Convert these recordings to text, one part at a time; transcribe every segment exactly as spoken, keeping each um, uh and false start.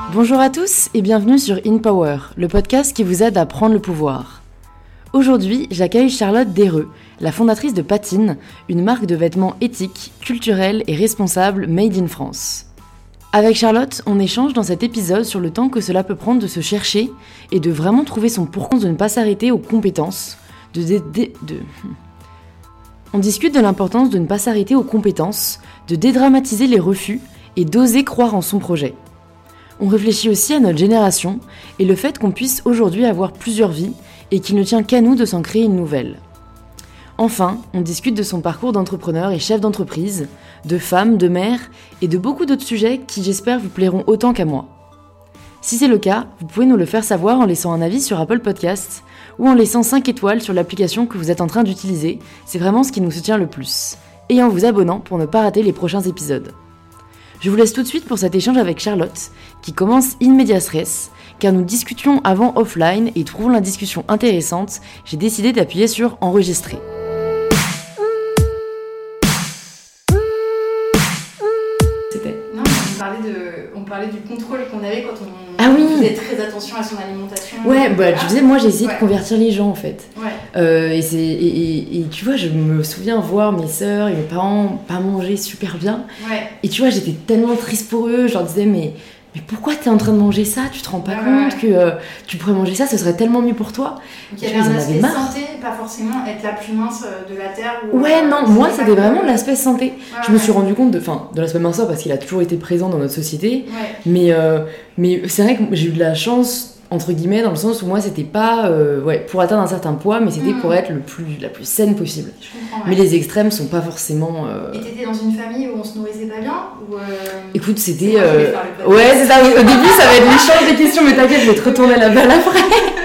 Bonjour à tous et bienvenue sur In Power, le podcast qui vous aide à prendre le pouvoir. Aujourd'hui, j'accueille Charlotte Desreux, la fondatrice de Patine, une marque de vêtements éthiques, culturels et responsables made in France. Avec Charlotte, on échange dans cet épisode sur le temps que cela peut prendre de se chercher et de vraiment trouver son pourquoi, de ne pas s'arrêter aux compétences, de... de, de, de... On discute de l'importance de ne pas s'arrêter aux compétences, de dédramatiser les refus et d'oser croire en son projet. On réfléchit aussi à notre génération et le fait qu'on puisse aujourd'hui avoir plusieurs vies et qu'il ne tient qu'à nous de s'en créer une nouvelle. Enfin, on discute de son parcours d'entrepreneur et chef d'entreprise, de femme, de mère et de beaucoup d'autres sujets qui j'espère vous plairont autant qu'à moi. Si c'est le cas, vous pouvez nous le faire savoir en laissant un avis sur Apple Podcasts ou en laissant cinq étoiles sur l'application que vous êtes en train d'utiliser, c'est vraiment ce qui nous soutient le plus, et en vous abonnant pour ne pas rater les prochains épisodes. Je vous laisse tout de suite pour cet échange avec Charlotte, qui commence in medias res, car nous discutions avant offline et trouvant la discussion intéressante, j'ai décidé d'appuyer sur enregistrer. C'était... Non, on parlait, de... on parlait du contrôle qu'on avait quand on ah oui. faisait très attention à son alimentation. Ouais, bah, tu disais, moi j'ai essayé ouais. de convertir les gens en fait. Ouais. Euh, et, c'est, et, et, et tu vois, je me souviens voir mes sœurs et mes parents pas manger super bien. Ouais. Et tu vois, j'étais tellement triste pour eux, je leur disais, mais... Mais pourquoi t'es en train de manger ça ? Tu te rends pas ouais, compte ouais. que euh, tu pourrais manger ça, ce serait tellement mieux pour toi. Donc il y avait un aspect santé, pas forcément être la plus mince de la terre. Ou, ouais, euh, non, moi c'était vraiment l'aspect santé. Ouais, je me ouais. suis rendu compte de, enfin, de l'aspect minceur parce qu'il a toujours été présent dans notre société. Ouais. Mais, euh, mais c'est vrai que j'ai eu de la chance, entre guillemets, dans le sens où moi c'était pas euh, ouais, pour atteindre un certain poids, mais c'était mmh. pour être le plus, la plus saine possible. Je comprends, ouais. Mais les extrêmes sont pas forcément. Euh... Et t'étais dans une famille où on se nourrissait pas bien ou euh... Écoute, c'était. C'est euh... Ouais, c'est ça. Au début, ça va être l'échange des questions, mais t'inquiète, je vais te retourner la balle après.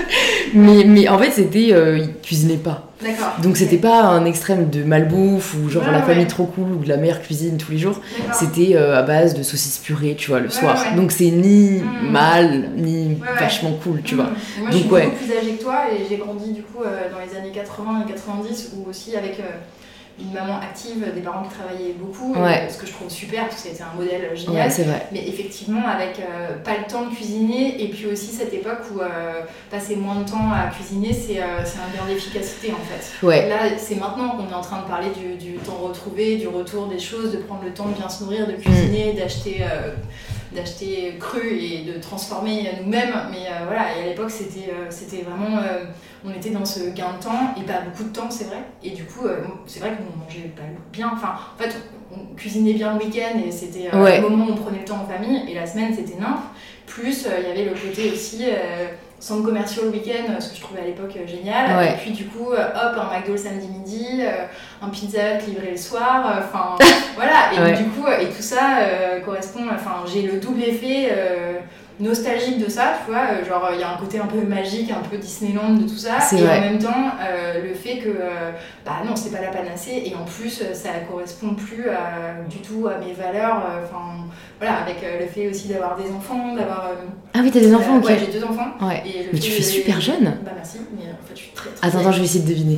mais, mais en fait, c'était. Euh, ils cuisinaient pas. D'accord. Donc, c'était pas un extrême de malbouffe ou genre ouais, la ouais. famille trop cool ou de la mère cuisine tous les jours. D'accord. C'était euh, à base de saucisses purées, tu vois, le ouais, soir. Ouais. Donc, c'est ni mmh. mal, ni ouais, vachement cool, tu mmh. vois. Et moi, Donc, je suis ouais. beaucoup plus âgée que toi et j'ai grandi du coup euh, dans les années quatre-vingts et quatre-vingt-dix ou aussi avec. Euh, une maman active, des parents qui travaillaient beaucoup, ouais. euh, ce que je trouve super parce que c'était un modèle génial. Ouais, c'est vrai. Mais effectivement, avec euh, pas le temps de cuisiner et puis aussi cette époque où euh, passer moins de temps à cuisiner, c'est, euh, c'est un gain d'efficacité en fait. Ouais. Là, c'est maintenant qu'on est en train de parler du, du temps retrouvé, du retour des choses, de prendre le temps de bien se nourrir, de cuisiner, mmh. d'acheter. Euh, d'acheter cru et de transformer nous-mêmes, mais euh, voilà, et à l'époque c'était, euh, c'était vraiment, euh, on était dans ce gain de temps, et pas beaucoup de temps c'est vrai, et du coup euh, c'est vrai qu'on mangeait pas bien, enfin en fait on cuisinait bien le week-end et c'était euh, ouais. le moment où on prenait le temps en famille, et la semaine c'était nymphe, plus il euh, y avait le côté aussi euh, centres commerciaux le week-end, ce que je trouvais à l'époque euh, génial, ouais. et puis du coup euh, hop, un McDo le samedi midi, euh, un Pizza Hut livré le soir, enfin euh, voilà, et ouais. du coup, et tout ça euh, correspond, enfin j'ai le double effet euh, nostalgique de ça, tu vois, euh, genre il y a un côté un peu magique, un peu Disneyland de tout ça, c'est et vrai. en même temps euh, le fait que, euh, bah non, c'est pas la panacée, et en plus ça correspond plus à, du tout à mes valeurs, enfin euh, voilà, avec euh, le fait aussi d'avoir des enfants, d'avoir... Euh, ah oui, t'as des enfants, ok. Ouais, j'ai deux enfants. Ouais. Et mais tu fais super jeune. Bah merci, mais en fait je suis très très... Attends, attends, je vais essayer de deviner.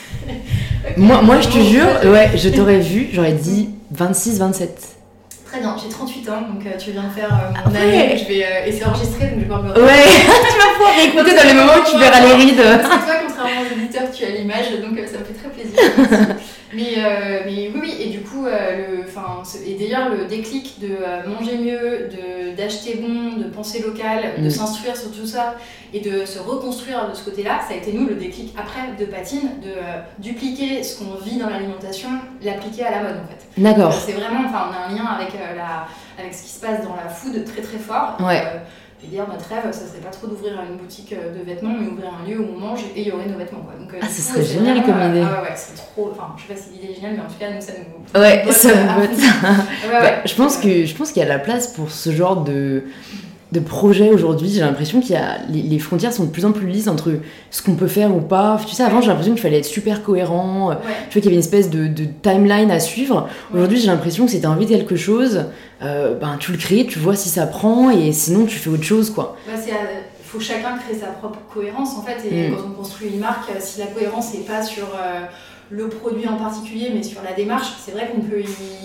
okay. Moi, moi je te bon, jure, ouais, ouais, je t'aurais vu, j'aurais dit vingt-six vingt-sept. Très bien, j'ai trente-huit ans, donc euh, tu viens de faire euh, mon année, ouais. je vais, euh, et c'est enregistré, donc je vais pouvoir me réécouter. Ouais, tu vas pouvoir réécouter dans les moments où tu verras les rides. Parce que toi, contrairement aux éditeurs, tu as l'image, donc euh, ça me fait très plaisir. mais, euh, mais oui, oui, et du coup, euh, le, et d'ailleurs, le déclic de euh, manger mieux, de, d'acheter bon, de penser local, mm. de s'instruire sur tout ça, et de se reconstruire de ce côté-là, ça a été nous le déclic après de Patine, de euh, dupliquer ce qu'on vit dans l'alimentation, l'appliquer à la mode en fait. D'accord. Donc, c'est vraiment, enfin, on a un lien avec, euh, la, avec ce qui se passe dans la food très très fort. Ouais. Euh, et d'ailleurs, notre rêve, ça serait pas trop d'ouvrir une boutique de vêtements, mais ouvrir un lieu où on mange et il y aurait nos vêtements. Quoi. Donc, ah, ce serait génial vraiment, comme idée. Euh, ah ouais, ouais, c'est trop. Enfin, je sais pas si l'idée est géniale, mais en tout cas, nous, ça nous. Ouais, ça me botte. ouais, ouais, bah, je pense que je pense qu'il y a la place pour ce genre de. de projets aujourd'hui, j'ai l'impression qu'il y a les, les frontières sont de plus en plus lisses entre ce qu'on peut faire ou pas. Tu sais, avant j'ai l'impression qu'il fallait être super cohérent, ouais. tu vois qu'il y avait une espèce de, de timeline à suivre. Ouais. Aujourd'hui j'ai l'impression que si t'as envie de quelque chose, euh, ben tu le crées, tu vois si ça prend et sinon tu fais autre chose quoi. Bah, c'est, euh, faut chacun créer sa propre cohérence en fait et mmh. quand on construit une marque, si la cohérence n'est pas sur euh, le produit en particulier, mais sur la démarche, c'est vrai qu'on peut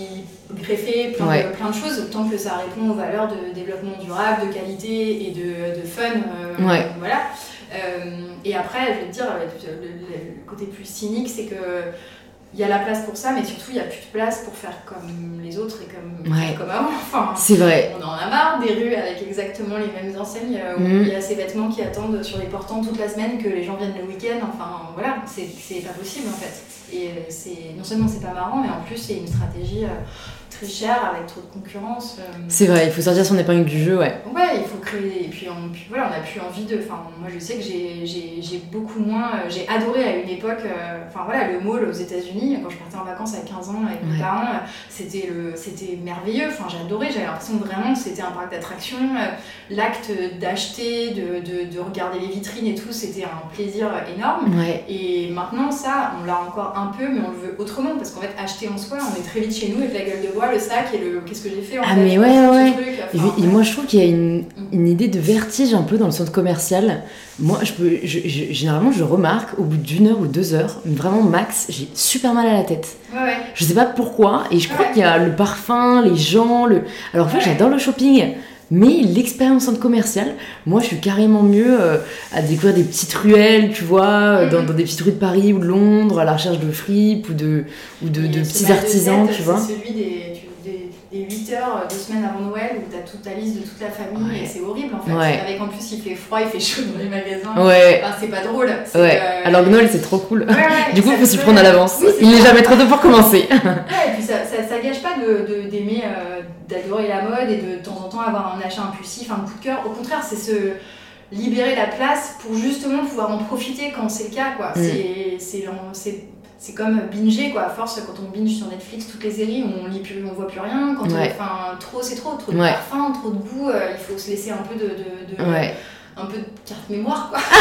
y greffer plein, ouais. de, plein de choses, tant que ça répond aux valeurs de développement durable, de qualité et de, de fun. Euh, ouais. Voilà. Euh, et après, je vais te dire, le, le, le côté plus cynique, c'est que il y a la place pour ça, mais surtout il n'y a plus de place pour faire comme les autres et comme, ouais. comme avant. Enfin, c'est vrai. On en a marre des rues avec exactement les mêmes enseignes où mm. il y a ces vêtements qui attendent sur les portants toute la semaine, que les gens viennent le week-end. Enfin voilà, c'est, c'est pas possible en fait. Et c'est, non seulement c'est pas marrant, mais en plus c'est une stratégie euh, très chère avec trop de concurrence. Euh... C'est vrai, il faut sortir son épingle du jeu, ouais. Ouais, il faut créer. Et puis, on, puis voilà, on n'a plus envie de. Enfin, moi je sais que j'ai, j'ai, j'ai beaucoup moins. Euh, j'ai adoré à une époque. Euh, enfin voilà, le mall aux États-Unis, quand je partais en vacances à quinze ans avec ouais. mes parents, euh, c'était, le, c'était merveilleux. Enfin, j'adorais, j'avais l'impression vraiment que c'était un parc d'attractions. Euh, l'acte d'acheter, de, de, de regarder les vitrines et tout, c'était un plaisir énorme. Ouais. Et maintenant, ça, on l'a encore un peu, mais on le veut autrement. Parce qu'en fait, acheter en soi, on est très vite chez nous avec la gueule de bois, le sac et le qu'est-ce que j'ai fait en ah fait. Ah mais ouais, ouais. Truc, enfin, et, et moi je trouve qu'il y a une, une idée de vertige un peu dans le centre commercial. Moi, je peux, je, je, généralement, je remarque au bout d'une heure ou deux heures, vraiment max, j'ai super mal à la tête. Ouais, ouais. Je sais pas pourquoi, et je crois ouais. qu'il y a le parfum, les gens, le... Alors en fait, ouais. j'adore le shopping. Mais l'expérience centre commercial, moi je suis carrément mieux euh, à découvrir des petites ruelles, tu vois, mm-hmm. dans, dans des petites rues de Paris ou de Londres, à la recherche de fripes ou de, ou de, de petits artisans, de tête, tu vois. C'est celui des, des, des huit heures, deux semaines avant Noël, où t'as toute ta liste de toute la famille, ouais. et c'est horrible en fait. Ouais. Avec en plus il fait froid, il fait chaud dans les magasins, ouais. enfin, c'est pas drôle. C'est ouais. euh... Alors que Noël c'est trop cool. Ouais, ouais, du coup il faut s'y fait... prendre à l'avance. Oui, il n'est jamais trop tôt pour commencer. Ouais, et puis ça, ça, ça gâche pas de, de, d'aimer, euh, d'adorer la mode et de, de temps en temps avoir un achat impulsif, un coup de cœur. Au contraire, c'est se libérer la place pour justement pouvoir en profiter quand c'est le cas, quoi. Mm. C'est, c'est, c'est, c'est comme binger, quoi. À force, quand on binge sur Netflix toutes les séries, on lit plus, on voit plus rien. Quand ouais. on, enfin, trop, c'est trop, trop de ouais. parfum, trop de goût. Euh, il faut se laisser un peu de, de, de ouais. un peu de carte mémoire, quoi.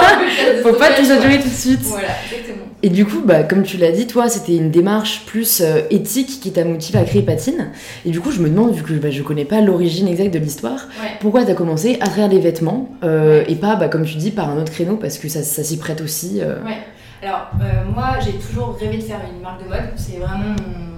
Faut pas tout saturer tout de suite. Voilà, exactement. Et du coup, bah, comme tu l'as dit, toi, c'était une démarche plus euh, éthique qui t'a motivé à créer Patine. Et du coup, je me demande, vu que bah, je connais pas l'origine exacte de l'histoire, ouais. pourquoi t'as commencé à travers les vêtements euh, ouais. et pas, bah, comme tu dis, par un autre créneau, parce que ça, ça s'y prête aussi. Euh... Ouais. Alors, euh, moi, j'ai toujours rêvé de faire une marque de mode. C'est vraiment mon...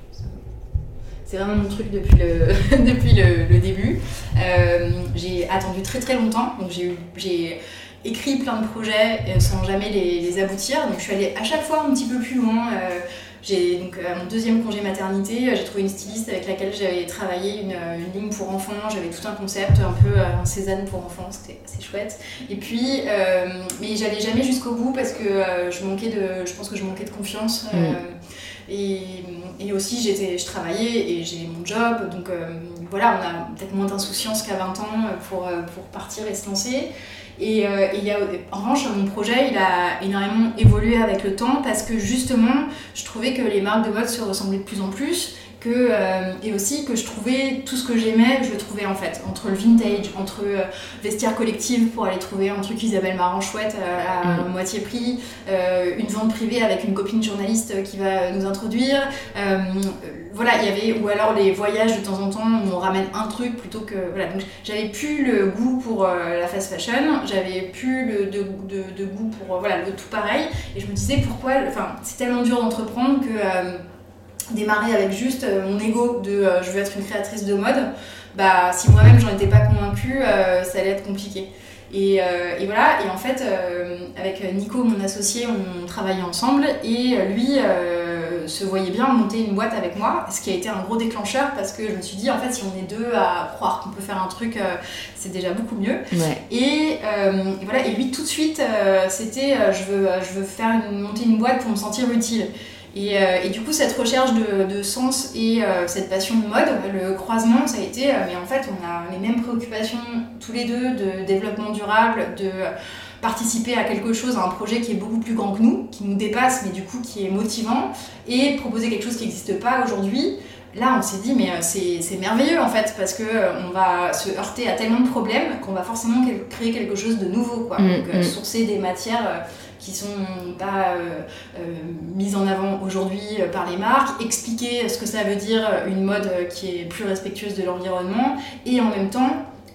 C'est vraiment mon truc depuis le, depuis le, le début. Euh, j'ai attendu très très longtemps, donc j'ai, eu, j'ai écrit plein de projets sans jamais les, les aboutir. Donc je suis allée à chaque fois un petit peu plus loin. Euh, j'ai, donc, à mon deuxième congé maternité, j'ai trouvé une styliste avec laquelle j'avais travaillé une, une ligne pour enfants. J'avais tout un concept, un peu un Cézanne pour enfants, c'était assez chouette. Et puis, euh, mais j'allais jamais jusqu'au bout parce que euh, je manquais de, je pense que je manquais de confiance. Euh, mmh. Et, et aussi, j'étais, je travaillais et j'ai mon job, donc euh, voilà, on a peut-être moins d'insouciance qu'à vingt ans pour, pour partir et se lancer. Et, euh, et y a, en revanche, mon projet, il a énormément évolué avec le temps parce que justement, je trouvais que les marques de mode se ressemblaient de plus en plus. Que, euh, et aussi que je trouvais tout ce que j'aimais, je le trouvais en fait, entre le vintage, entre euh, vestiaire collective pour aller trouver un truc Isabelle Marant chouette euh, à mmh. moitié prix, euh, une vente privée avec une copine journaliste qui va nous introduire, euh, voilà, il y avait, ou alors les voyages de temps en temps où on ramène un truc plutôt que, voilà, donc j'avais plus le goût pour euh, la fast fashion, j'avais plus le de, de, de goût pour, euh, voilà, le tout pareil, et je me disais pourquoi, enfin, c'est tellement dur d'entreprendre que euh, démarrer avec juste euh, mon ego de euh, je veux être une créatrice de mode, bah si moi-même j'en étais pas convaincue, euh, ça allait être compliqué. Et, euh, et voilà, et en fait euh, avec Nico, mon associé, on travaillait ensemble et lui euh, se voyait bien monter une boîte avec moi, ce qui a été un gros déclencheur parce que je me suis dit en fait si on est deux à croire qu'on peut faire un truc, euh, c'est déjà beaucoup mieux. Ouais. Et, euh, et voilà, et lui tout de suite euh, c'était euh, je veux, je veux faire une, monter une boîte pour me sentir utile. Et, euh, et du coup, cette recherche de, de sens et euh, cette passion de mode, le croisement, ça a été, euh, mais en fait, on a les mêmes préoccupations tous les deux de développement durable, de participer à quelque chose, à un projet qui est beaucoup plus grand que nous, qui nous dépasse, mais du coup qui est motivant, et proposer quelque chose qui n'existe pas aujourd'hui. Là, on s'est dit, mais c'est, c'est merveilleux en fait, parce qu'on euh, va se heurter à tellement de problèmes qu'on va forcément créer quelque chose de nouveau, quoi. Mmh, Donc, euh, mmh. sourcer des matières euh, qui sont pas euh, euh, mises en avant aujourd'hui euh, par les marques, expliquer ce que ça veut dire une mode qui est plus respectueuse de l'environnement, et en même temps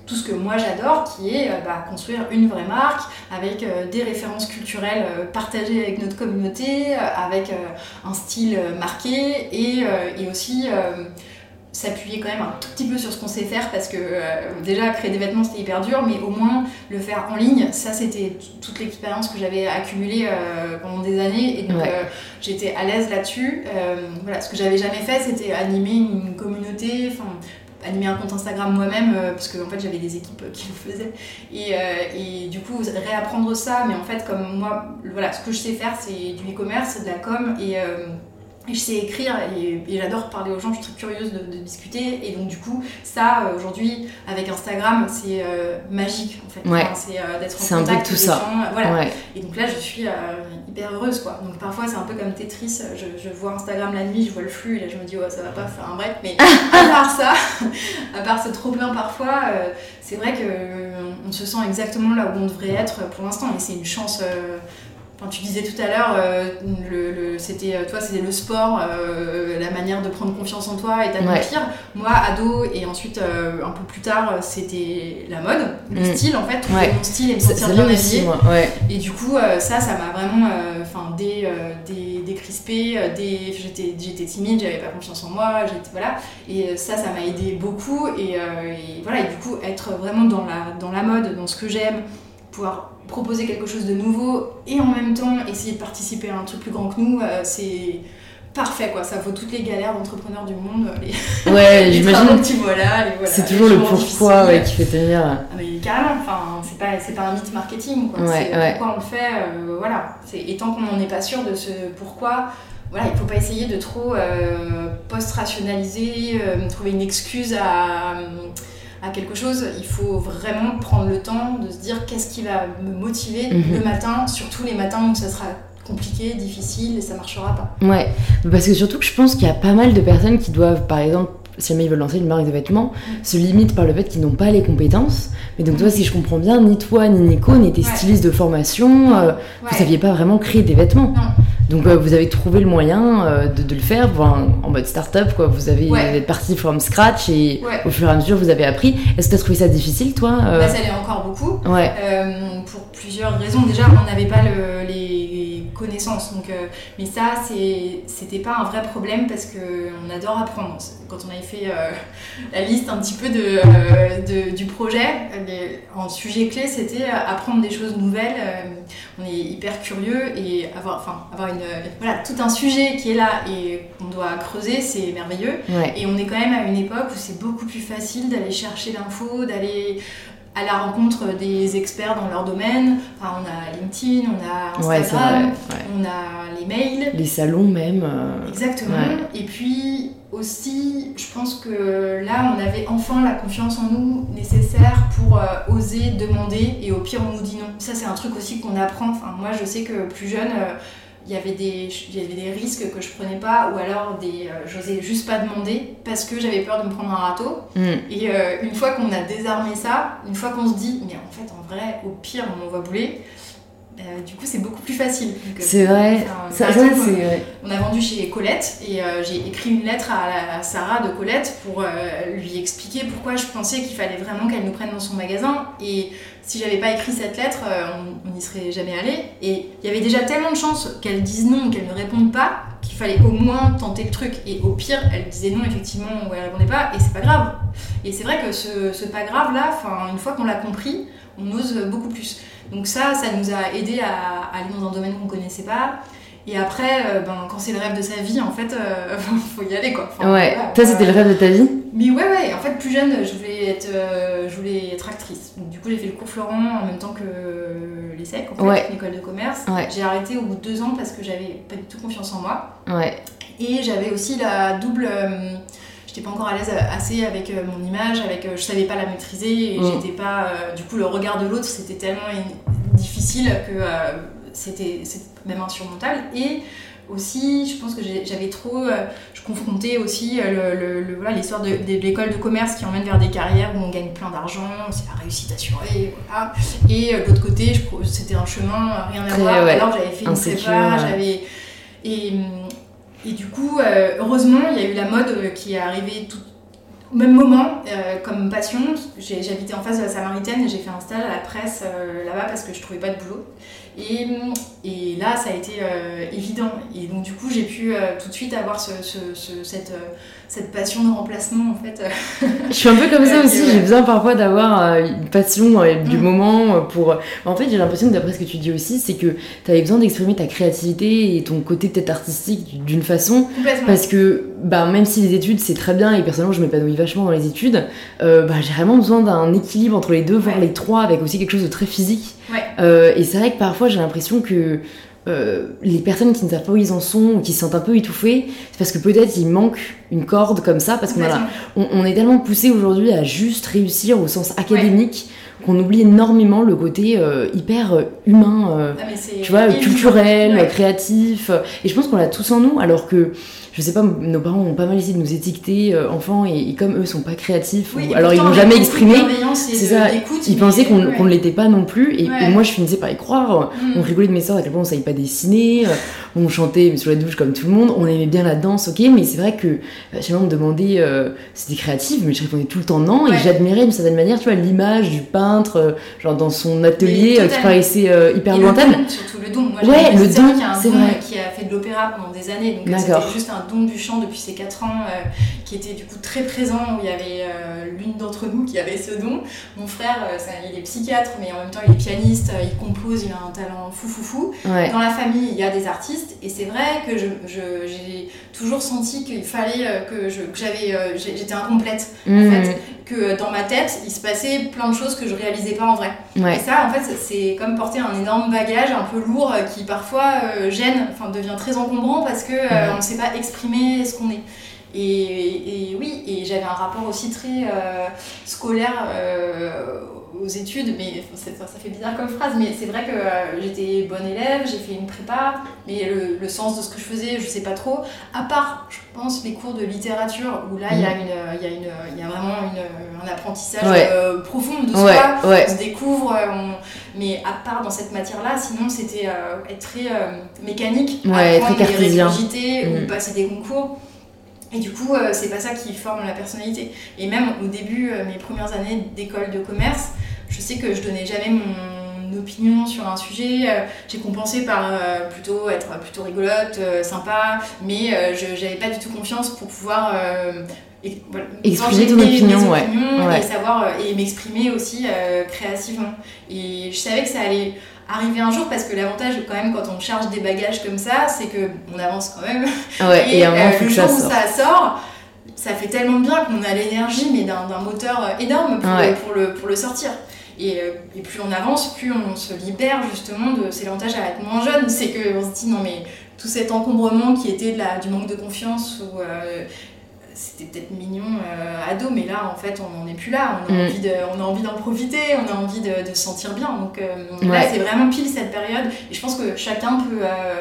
tout ce que moi j'adore, qui est euh, bah, construire une vraie marque avec euh, des références culturelles euh, partagées avec notre communauté, euh, avec euh, un style euh, marqué et, euh, et aussi euh, s'appuyer quand même un tout petit peu sur ce qu'on sait faire parce que euh, déjà créer des vêtements c'était hyper dur, mais au moins le faire en ligne, ça c'était t- toute l'expérience que j'avais accumulée euh, pendant des années et donc ouais. euh, j'étais à l'aise là-dessus. Euh, voilà, ce que j'avais jamais fait c'était animer une communauté, enfin animer un compte Instagram moi-même euh, parce que en fait j'avais des équipes qui le faisaient et, euh, et du coup réapprendre ça, mais en fait comme moi voilà, ce que je sais faire c'est du e-commerce, c'est de la com et euh, Et je sais écrire et, et j'adore parler aux gens, je suis très curieuse de, de discuter. Et donc, du coup, ça, aujourd'hui, avec Instagram, c'est euh, magique en fait. Ouais. Enfin, c'est euh, d'être en c'est contact un peu tout avec ça. les gens. Voilà. Ouais. Et donc là, je suis euh, hyper heureuse quoi. Donc, parfois, c'est un peu comme Tetris. Je, je vois Instagram la nuit, je vois le flux et là, je me dis, oh, ça va pas faire un break. Mais à part ça, à part ce trop-plein parfois, euh, c'est vrai qu'on se sent exactement là où on devrait être pour l'instant. Et c'est une chance. Euh, Enfin, tu disais tout à l'heure, euh, le, le, c'était, toi, c'était le sport, euh, la manière de prendre confiance en toi et t'accomplir. Ouais. Moi, ado, et ensuite euh, un peu plus tard, c'était la mode, le mmh. style en fait, trouver ouais. mon style et me sentir bien habillée. Ouais. Et du coup, euh, ça, ça m'a vraiment euh, dé, euh, dé, décrispée. Dé, j'étais, j'étais timide, j'avais pas confiance en moi, j'étais, voilà. Et ça, ça m'a aidé beaucoup. Et, euh, et voilà, et du coup, être vraiment dans la, dans la mode, dans ce que j'aime, pouvoir proposer quelque chose de nouveau et en même temps essayer de participer à un truc plus grand que nous, euh, c'est parfait quoi, ça vaut toutes les galères d'entrepreneurs du monde, les, ouais, les j'imagine travaux que tu vois là, les, voilà, c'est toujours le pourquoi ouais, qui fait tenir. Ah, mais carrément, enfin, c'est pas, c'est pas un mythe marketing quoi, ouais, c'est ouais. pourquoi on le fait, euh, voilà, c'est, et tant qu'on n'en est pas sûr de ce pourquoi, voilà, il ne faut pas essayer de trop euh, post-rationaliser, euh, trouver une excuse à... à quelque chose, il faut vraiment prendre le temps de se dire qu'est-ce qui va me motiver mmh. le matin, surtout les matins où ça sera compliqué, difficile et ça marchera pas. Ouais, parce que surtout que je pense qu'il y a pas mal de personnes qui doivent, par exemple, si jamais ils veulent lancer une marque de vêtements, mmh. se limitent par le fait qu'ils n'ont pas les compétences. Mais donc toi, si je comprends bien, ni toi, ni Nico n'étaient ouais. stylistes de formation, euh, ouais. vous saviez pas vraiment créer des vêtements. Non. Donc euh, vous avez trouvé le moyen euh, de, de le faire enfin, en mode start-up, quoi. Vous avez ouais. vous êtes parti from scratch et ouais. au fur et à mesure vous avez appris. Est-ce que tu as trouvé ça difficile, toi euh... bah, ça l'est encore beaucoup, ouais. euh, pour plusieurs raisons. Déjà, on n'avait pas le, les connaissances, donc, euh, mais ça, c'est, c'était pas un vrai problème parce qu'on adore apprendre. Quand on avait fait euh, la liste un petit peu de, euh, de, du projet, les, en sujet clé, c'était apprendre des choses nouvelles. Euh, on est hyper curieux et avoir, enfin, avoir une, voilà, tout un sujet qui est là et qu'on doit creuser, c'est merveilleux. Ouais. Et on est quand même à une époque où c'est beaucoup plus facile d'aller chercher l'info, d'aller à la rencontre des experts dans leur domaine. Enfin, on a LinkedIn, on a Instagram, ouais, ouais. on a les mails. Les salons même. Euh... Exactement. Ouais. Et puis aussi, je pense que là, on avait enfin la confiance en nous nécessaire pour euh, oser demander et au pire, on nous dit non. Ça, c'est un truc aussi qu'on apprend. Enfin, moi, je sais que plus jeune... Euh, il y avait des il y avait des risques que je prenais pas ou alors des euh, j'osais juste pas demander parce que j'avais peur de me prendre un râteau mm. et euh, une fois qu'on a désarmé ça, une fois qu'on se dit mais en fait en vrai au pire on m'envoie bouler, euh, du coup c'est beaucoup plus facile. Donc, c'est vrai, ça, ça, c'est vrai. On a vendu chez Colette et euh, j'ai écrit une lettre à, à Sarah de Colette pour euh, lui expliquer pourquoi je pensais qu'il fallait vraiment qu'elle nous prenne dans son magasin et si j'avais pas écrit cette lettre, euh, on n'y serait jamais allé. Et il y avait déjà tellement de chances qu'elle dise non, qu'elle ne réponde pas, qu'il fallait au moins tenter le truc. Et au pire, elle disait non, effectivement, ou elle répondait pas, et c'est pas grave. Et c'est vrai que ce, ce pas grave là, une fois qu'on l'a compris, on ose beaucoup plus. Donc ça, ça nous a aidé à, à aller dans un domaine qu'on connaissait pas. Et après, euh, ben, quand c'est le rêve de sa vie, en fait, euh, faut y aller, quoi. Enfin, ouais, voilà, toi, c'était euh, le rêve de ta vie ? Mais ouais, ouais, en fait, plus jeune, je voulais être, euh, je voulais être actrice. Donc, du coup, j'ai fait le cours Florent en même temps que l'E S S E C, en fait, ouais. l'école de commerce. Ouais. J'ai arrêté au bout de deux ans parce que j'avais pas du tout confiance en moi. Ouais. Et j'avais aussi la double... Euh, j'étais pas encore à l'aise assez avec euh, mon image, avec, euh, je savais pas la maîtriser, et mmh. j'étais pas... Euh, du coup, le regard de l'autre, c'était tellement difficile que euh, c'était, c'était même insurmontable. Et... aussi, je pense que j'ai, j'avais trop... Euh, je confrontais aussi euh, le, le, le, voilà, l'histoire de, de, de l'école de commerce qui emmène vers des carrières où on gagne plein d'argent, c'est la réussite assurée, voilà. Et euh, de l'autre côté, je, c'était un chemin, rien à Très, voir. ouais. Alors j'avais fait une prépa, j'avais... Et, et du coup, euh, heureusement, il y a eu la mode qui est arrivée tout, Même moment, euh, comme passion, j'ai, j'habitais en face de la Samaritaine et j'ai fait un stage à la presse euh, là-bas parce que je trouvais pas de boulot. Et, et là, ça a été euh, évident. Et donc, du coup, j'ai pu euh, tout de suite avoir ce, ce, ce, cette, euh, cette passion de remplacement, en fait. Je suis un peu comme ça aussi. ouais. J'ai besoin parfois d'avoir euh, une passion euh, du mm. moment pour... En fait, j'ai l'impression que d'après ce que tu dis aussi, c'est que tu avais besoin d'exprimer ta créativité et ton côté peut-être artistique d'une façon. Parce que bah, même si les études, c'est très bien et personnellement, je m'épanouis vachement dans les études, euh, bah, j'ai vraiment besoin d'un équilibre entre les deux, voire ouais. les trois, avec aussi quelque chose de très physique. Ouais. Euh, et c'est vrai que parfois, j'ai l'impression que euh, les personnes qui ne savent pas où ils en sont ou qui se sentent un peu étouffées, c'est parce que peut-être il manque une corde comme ça, parce qu'on a, on, on est tellement poussé aujourd'hui à juste réussir au sens académique ouais. qu'on oublie énormément le côté euh, hyper humain, euh, ah, tu vois, évident. culturel, ouais. créatif. Et je pense qu'on l'a tous en nous, alors que je sais pas, nos parents ont pas mal essayé de nous étiqueter euh, enfants et, et comme eux sont pas créatifs, oui, ou, alors ils n'ont jamais exprimé, c'est ça, ils mais... pensaient qu'on, ouais. qu'on ne l'était pas non plus et, ouais. et moi je finissais par y croire. Mm. On rigolait de mes sœurs à quel point on savait pas dessiner, on chantait mais sous la douche comme tout le monde, on aimait bien la danse, ok, mais c'est vrai que chaque fois on me demandait, euh, c'était créatif, mais je répondais tout le temps non ouais. et j'admirais d'une certaine manière, tu vois, l'image du peintre, euh, genre dans son atelier euh, qui paraissait euh, hyper et lointaine. Le don, surtout le don. Moi, ouais, le don, qui a un c'est don vrai. Qui a fait de l'opéra pendant des années, donc D'accord. c'était juste un don du chant depuis ses quatre ans, euh, qui était du coup très présent, où il y avait euh, l'une d'entre nous qui avait ce don. Mon frère, euh, ça, il est psychiatre, mais en même temps il est pianiste, euh, il compose, il a un talent fou fou fou. Ouais. Dans la famille, il y a des artistes, et c'est vrai que je, je, j'ai toujours senti qu'il fallait euh, que, je, que j'avais, euh, j'étais incomplète, mmh. en fait, que dans ma tête, il se passait plein de choses que je réalisais pas en vrai. Ouais. Et ça, en fait, c'est comme porter un énorme bagage un peu lourd euh, qui parfois euh, gêne, enfin devient très encombrant parce que euh, mmh. on ne sait pas exprimer ce qu'on est. Et, et oui, et j'avais un rapport aussi très euh, scolaire euh, aux études, mais ça, ça fait bizarre comme phrase, mais c'est vrai que euh, j'étais bonne élève, j'ai fait une prépa, mais le, le sens de ce que je faisais, je sais pas trop, à part, je pense, les cours de littérature, où là, il mmh. y a une, il y a une, il y a vraiment une, un apprentissage ouais. euh, profond de ouais, soi, ouais. on se découvre, on... mais à part dans cette matière-là, sinon c'était euh, être très euh, mécanique, ouais, apprendre très cartésien. les rigidité mmh. ou passer des concours. Et du coup, euh, c'est pas ça qui forme la personnalité. Et même au début, euh, mes premières années d'école de commerce, je sais que je donnais jamais mon opinion sur un sujet. Euh, j'ai compensé par euh, plutôt être plutôt rigolote, euh, sympa, mais euh, je j'avais pas du tout confiance pour pouvoir euh, et, voilà, exprimer ton opinion, mes ouais. opinions ouais. et savoir euh, et m'exprimer aussi euh, créativement. Et je savais que ça allait arriver un jour parce que l'avantage quand même quand on charge des bagages comme ça, c'est que on avance quand même. Ouais, et, et un moment, euh, le jour où ça sort, ça fait tellement bien qu'on a l'énergie mais d'un, d'un moteur énorme pour, ouais. le, pour, le, pour le sortir. Et, et plus on avance, plus on se libère justement de... C'est l'avantage à être moins jeune, c'est qu'on se dit non mais tout cet encombrement qui était de la, du manque de confiance ou... Euh, c'était peut-être mignon euh, ado, mais là en fait on n'en est plus là, on a, mm. envie, de, on a envie d'en profiter, on a envie de, de se sentir bien, donc euh, ouais. là c'est vraiment pile cette période, et je pense que chacun peut, euh,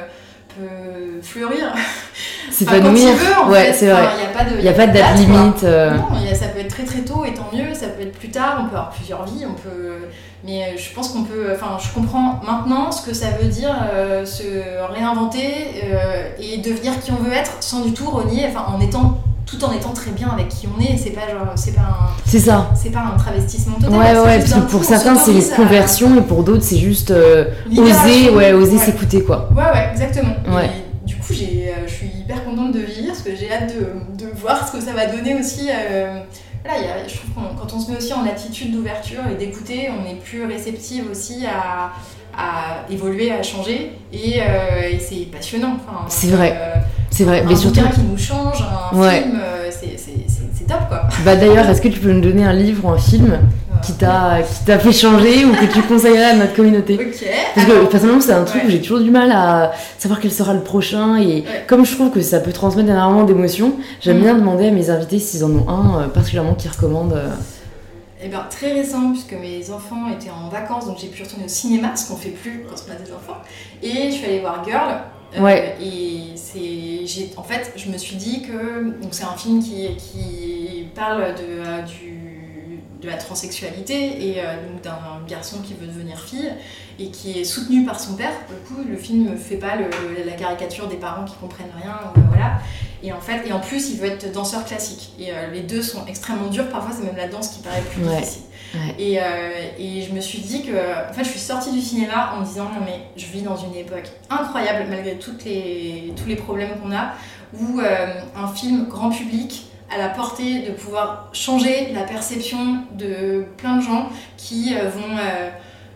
peut fleurir, s'épanouir, enfin, ouais, fait. c'est vrai, il n'y a pas de, y a pas de date limite. Euh... Non, y a, ça peut être très très tôt et tant mieux, ça peut être plus tard, on peut avoir plusieurs vies, on peut... mais je pense qu'on peut, enfin je comprends maintenant ce que ça veut dire euh, se réinventer euh, et devenir qui on veut être sans du tout renier, enfin en étant tout en étant très bien avec qui on est, c'est pas genre, c'est pas un, c'est ça, c'est pas un travestissement total. Ouais ouais, parce que pour certains c'est une conversion à... et pour d'autres c'est juste euh, oser, ouais, oser ouais. s'écouter quoi. Ouais ouais, exactement. Ouais. Et du coup j'ai, euh, je suis hyper contente de vieillir parce que j'ai hâte de, de voir ce que ça va donner aussi. Euh, Voilà, y a, je trouve que quand on se met aussi en attitude d'ouverture et d'écouter, on est plus réceptive aussi à, à évoluer, à changer, et, euh, et c'est passionnant. Enfin, c'est vrai, euh, c'est vrai. Un mais surtout qui nous change, un ouais. film, euh, c'est, c'est, c'est, c'est top quoi. Bah d'ailleurs, est-ce que tu peux nous donner un livre ou un film qui t'a, qui t'a fait changer ou que tu conseillerais à notre communauté? Ok. Parce que personnellement, c'est un truc ouais. où j'ai toujours du mal à savoir quel sera le prochain. Et ouais. comme je trouve que ça peut transmettre énormément d'émotions, j'aime mmh. bien demander à mes invités s'ils en ont un euh, particulièrement qu'ils recommandent. Euh... Eh ben, très récent, puisque mes enfants étaient en vacances, donc j'ai pu retourner au cinéma, ce qu'on fait plus quand on a des enfants. Et je suis allée voir Girl. Euh, ouais. Et c'est, j'ai, en fait, je me suis dit que donc c'est un film qui, qui parle de, euh, du, de la transsexualité et euh, donc d'un garçon qui veut devenir fille et qui est soutenu par son père. Pour le coup, le film ne fait pas le, la caricature des parents qui comprennent rien. Euh, voilà. Et en fait, et en plus, il veut être danseur classique. Et euh, les deux sont extrêmement durs. Parfois, c'est même la danse qui paraît plus ouais. difficile. Ouais. Et, euh, et je me suis dit que, en fait, je suis sortie du cinéma en me disant non mais je vis dans une époque incroyable malgré toutes les, tous les problèmes qu'on a, où euh, un film grand public à la portée de pouvoir changer la perception de plein de gens qui euh, vont euh,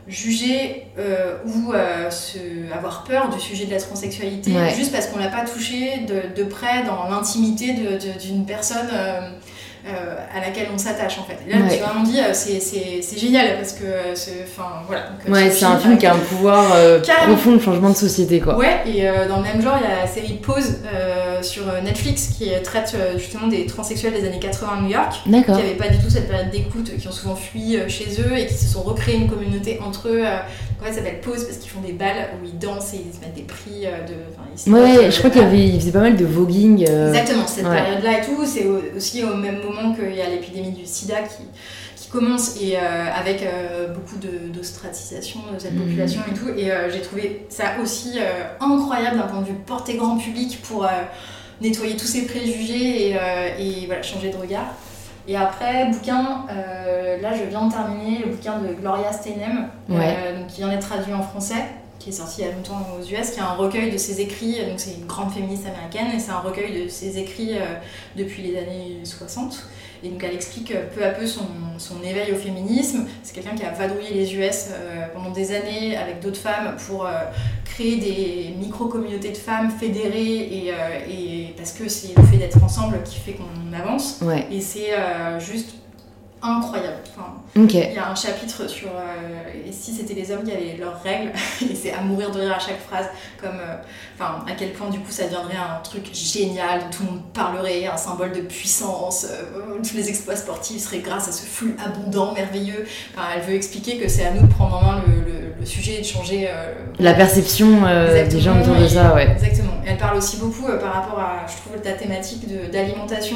juger euh, ou euh, se, avoir peur du sujet de la transsexualité ouais. juste parce qu'on l'a pas touché de, de près dans l'intimité de, de, d'une personne euh, Euh, à laquelle on s'attache en fait. Et là, ouais. je me suis vraiment dit, euh, c'est, c'est, c'est génial parce que, euh, c'est, voilà. Donc, ouais, c'est un film qui a un pouvoir euh, profond de changement de société, quoi. Ouais, et euh, dans le même genre, il y a la série Pause euh, sur Netflix qui traite euh, justement des transsexuels des années quatre-vingts à New York, D'accord. qui n'avaient pas du tout cette période d'écoute, qui ont souvent fui euh, chez eux et qui se sont recréés une communauté entre eux. Euh, en fait, ça s'appelle Pause parce qu'ils font des balles où ils dansent et ils se mettent des prix euh, de. Ils ouais, mettent, je crois qu'il y avait, il faisait pas mal de voguing. Euh... Exactement, cette ouais. période-là et tout, c'est au, aussi au même moment qu'il y a l'épidémie du sida qui, qui commence et euh, avec euh, beaucoup de, d'ostracisation de cette population mmh. et tout. Et euh, j'ai trouvé ça aussi euh, incroyable d'un point de vue portée grand public pour euh, nettoyer tous ces préjugés et, euh, et voilà, changer de regard. Et après, bouquin, euh, là je viens de terminer le bouquin de Gloria Steinem, ouais. euh, donc, qui vient d'être traduit en français, qui est sorti il y a longtemps aux U S, qui est un recueil de ses écrits, donc c'est une grande féministe américaine, et c'est un recueil de ses écrits euh, depuis les années soixante. Et donc elle explique peu à peu son, son éveil au féminisme. C'est quelqu'un qui a vadrouillé les U S euh, pendant des années avec d'autres femmes pour euh, créer des micro-communautés de femmes fédérées, et, euh, et parce que c'est le fait d'être ensemble qui fait qu'on avance. Ouais. Et c'est euh, juste incroyable. Enfin, okay. Il y a un chapitre sur euh, et si c'était les hommes qui avaient leurs règles, et c'est à mourir de rire à chaque phrase, comme euh, enfin, à quel point du coup ça deviendrait un truc génial dont tout le monde parlerait, un symbole de puissance, euh, tous les exploits sportifs seraient grâce à ce flux abondant, merveilleux. Enfin, elle veut expliquer que c'est à nous de prendre en main le, le, le sujet et de changer euh, la perception euh, des gens autour de ça. Ouais. Exactement. Et elle parle aussi beaucoup euh, par rapport à, je trouve, ta thématique de, d'alimentation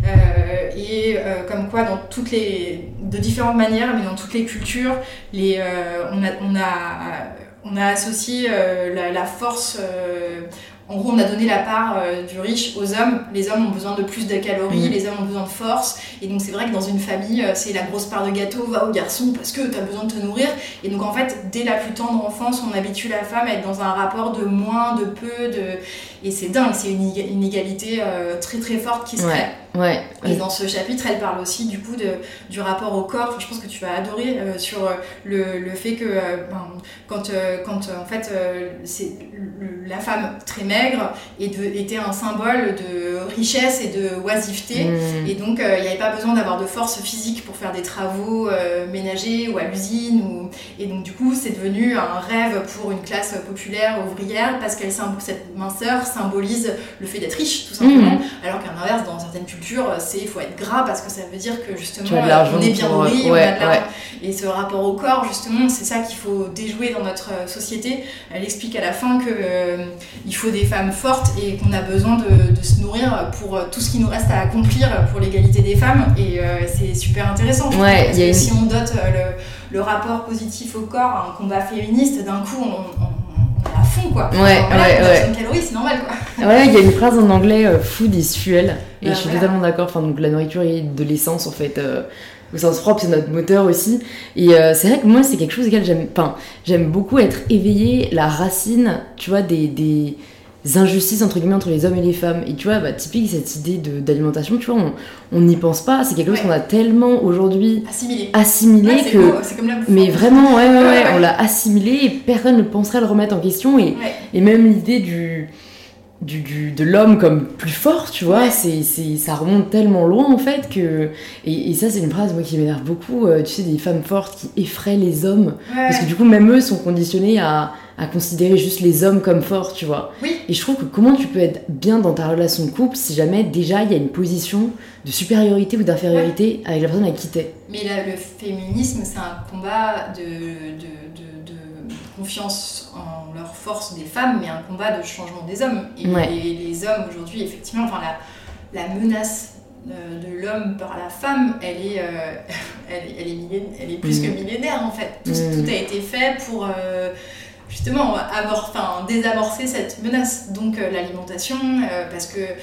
euh, et euh, comme quoi dans toutes les de différentes manières, mais dans toutes les cultures, les, euh, on, a, on, a, on a associé euh, la, la force. Euh, en gros, on a donné la part euh, du riche aux hommes. Les hommes ont besoin de plus de calories, mmh. les hommes ont besoin de force. Et donc, c'est vrai que dans une famille, euh, c'est la grosse part de gâteau va au garçon parce que tu as besoin de te nourrir. Et donc, en fait, dès la plus tendre enfance, on habitue la femme à être dans un rapport de moins, de peu. De... Et c'est dingue, c'est une inégalité euh, très très forte qui se crée. Ouais. Ouais. Et dans ce chapitre, elle parle aussi du coup de, du rapport au corps. Enfin, je pense que tu vas adorer euh, sur euh, le, le fait que euh, ben, quand, euh, quand euh, en fait euh, c'est le, la femme très maigre et de, était un symbole de richesse et de oisiveté. Mmh. Et donc euh, il n'y avait pas besoin d'avoir de force physique pour faire des travaux euh, ménagers ou à l'usine. Ou... Et donc du coup, c'est devenu un rêve pour une classe populaire ouvrière parce que cette minceur symbolise le fait d'être riche tout simplement. Mmh. Alors qu'à l'inverse, dans certaines cultures, c'est il faut être gras parce que ça veut dire que justement on est bien nourri, pour... on ouais, a de l'argent. Ouais. Et ce rapport au corps, justement, c'est ça qu'il faut déjouer dans notre société. Elle explique à la fin que euh, il faut des femmes fortes et qu'on a besoin de, de se nourrir pour tout ce qui nous reste à accomplir pour l'égalité des femmes. Et euh, c'est super intéressant. Je ouais, trouve, parce que une... si on dote euh, le, le rapport positif au corps à un combat féministe, d'un coup, on, on à fond quoi. Ouais, ouais, ouais. Une calorie, c'est normal quoi. Ouais, il y a une phrase en anglais, euh, food is fuel, et bah, je suis voilà. totalement d'accord. Enfin, donc la nourriture est de l'essence en fait, euh, au sens propre, c'est notre moteur aussi. Et euh, c'est vrai que moi, c'est quelque chose auquel j'aime, enfin, j'aime beaucoup être éveillée, la racine, tu vois, des, des injustices entre guillemets entre les hommes et les femmes. Et tu vois, bah, typique cette idée de, d'alimentation, tu vois, on n'y pense pas. C'est quelque chose ouais. qu'on a tellement aujourd'hui assimilé, assimilé ouais, c'est que. beau, c'est comme la bouffe. Mais vraiment, ouais, ouais, ouais, ouais, ouais, ouais. on l'a assimilé et personne ne penserait à le remettre en question. Et, ouais. et même l'idée du. Du, du, de l'homme comme plus fort, tu vois, ouais. c'est, c'est, ça remonte tellement loin en fait que. Et, et ça, c'est une phrase moi, qui m'énerve beaucoup, euh, tu sais, des femmes fortes qui effraient les hommes. Ouais. Parce que du coup, même eux sont conditionnés à, à considérer juste les hommes comme forts, tu vois. Oui. Et je trouve que comment tu peux être bien dans ta relation de couple si jamais déjà il y a une position de supériorité ou d'infériorité ouais. avec la personne avec qui t'es. Mais là, le féminisme, c'est un combat de, de, de, de confiance en leur force des femmes, mais un combat de changement des hommes. Et ouais. les, les hommes aujourd'hui, effectivement, enfin la, la menace de, de l'homme par la femme, elle est, euh, elle, elle, est millénaire, elle est plus mmh. que millénaire en fait. Tout, mmh. tout a été fait pour euh, justement amor- enfin, désamorcer cette menace. Donc euh, l'alimentation, euh, parce que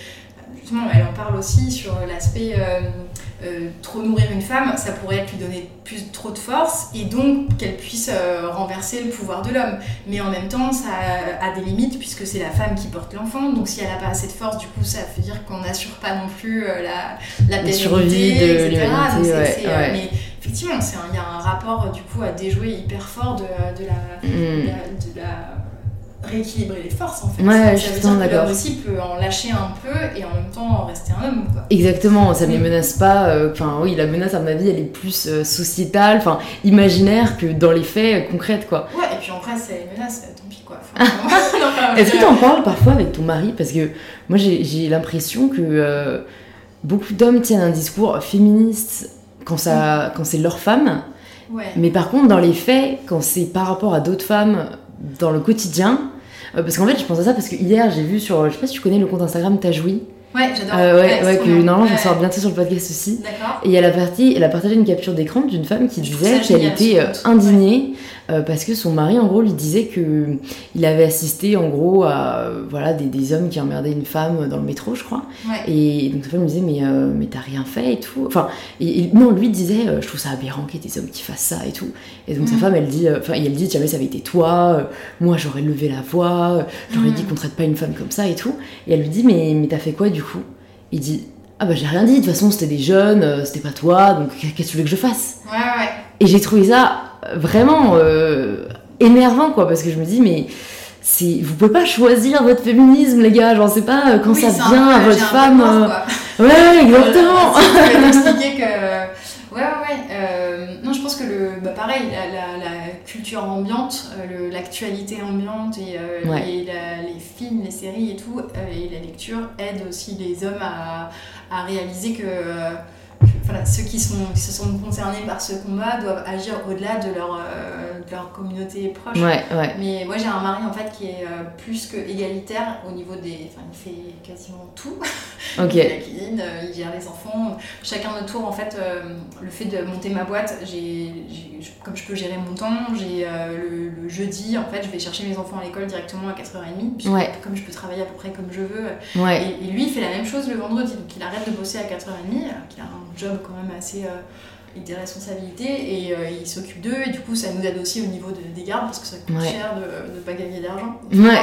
justement, elle en parle aussi sur l'aspect euh, euh, trop nourrir une femme, ça pourrait être lui donner plus trop de force et donc qu'elle puisse euh, renverser le pouvoir de l'homme. Mais en même temps, ça a, a des limites puisque c'est la femme qui porte l'enfant, donc si elle n'a pas assez de force, du coup, ça veut dire qu'on n'assure pas non plus euh, la, la pérennité, survie de et cetera. l'humanité, Donc, c'est, ouais, c'est, ouais. euh, mais effectivement, il y a un rapport du coup à déjouer hyper fort de, de, la, Mm. de, la, de la rééquilibrer les forces en fait. Ouais, ça, je suis ça veut totalement dire que d'accord. l'homme aussi peut en lâcher un peu et en même temps en rester un homme quoi. Exactement, ça ne les Mm. menace pas. Enfin, euh, oui, la menace, à mon avis, elle est plus euh, sociétale, enfin, imaginaire que dans les faits euh, concrètes, quoi. Ouais, et puis en vrai, c'est les menaces, tant pis quoi. Enfin, non, enfin, Est-ce que tu en parles parfois avec ton mari? Parce que moi, j'ai, j'ai l'impression que euh, beaucoup d'hommes tiennent un discours féministe quand, ça, quand c'est leur femme. Ouais. Mais par contre, dans les faits, quand c'est par rapport à d'autres femmes dans le quotidien, euh, parce qu'en fait, je pense à ça parce que hier, j'ai vu sur, je sais pas si tu connais le compte Instagram Tajoui. Ouais, j'adore. Euh, ouais, Ouais, ouais, c'est que trop bien. normalement, je Ouais. vais sortir bientôt sur le podcast aussi. D'accord. Et elle a, parti, elle a partagé une capture d'écran d'une femme qui Je trouve disait ça qu'elle génial, était ce euh, compte. indignée euh, parce que son mari, en gros, lui disait que il avait assisté, en gros, à euh, voilà, des, des hommes qui emmerdaient une femme dans le métro, je crois. Ouais. Et donc sa femme lui disait, mais, euh, mais t'as rien fait et tout. Enfin, et, et non, lui disait, euh, je trouve ça aberrant qu'il y ait des hommes qui fassent ça et tout. Et donc sa Mhm. femme, elle dit, enfin, euh, elle dit, jamais ça avait été toi, euh, moi j'aurais levé la voix, euh, j'aurais Mhm. dit qu'on traite pas une femme comme ça et tout. Et elle lui dit, mais, mais t'as fait quoi du coup? Il dit, ah bah j'ai rien dit, de toute façon c'était des jeunes, euh, c'était pas toi, donc qu'est-ce que tu veux que je fasse? Ouais, ouais. Et j'ai trouvé ça vraiment euh, énervant, quoi, parce que je me dis, mais c'est, vous pouvez pas choisir votre féminisme, les gars, genre c'est pas euh, quand Oui, ça c'est un vient peu- à j'ai votre un peu femme. peur, euh, quoi. Ouais, exactement. Voilà, si tu veux m'expliquer que. Ouais, ouais, ouais. Euh, non, je pense que le. Bah, pareil, la, la, la culture ambiante, euh, le- l'actualité ambiante et, euh, Ouais. et la- les films, les séries et tout, euh, et la lecture aident aussi les hommes à, à réaliser que. euh, que, voilà, ceux qui, sont, qui se sont concernés par ce combat doivent agir au-delà de leur, euh, de leur communauté proche. Ouais, ouais. Mais moi j'ai un mari en fait qui est euh, plus que égalitaire au niveau des. Enfin, il fait quasiment tout. Ok. Il fait la cuisine, euh, il gère les enfants. Chacun notre tour en fait. Euh, le fait de monter ma boîte, j'ai, j'ai, je- comme je peux gérer mon temps, j'ai euh, le, le jeudi en fait, je vais chercher mes enfants à l'école directement à quatre heures trente. Puisque Ouais. comme je peux travailler à peu près comme je veux. euh, Ouais. Et, et lui il fait la même chose le vendredi. Donc il arrête de bosser à quatre heures trente, alors qu'il a un job quand même assez. Euh, avec des responsabilités et euh, il s'occupe d'eux et du coup ça nous aide aussi au niveau de, des gardes parce que ça coûte Ouais. cher de ne pas gagner d'argent. Ouais.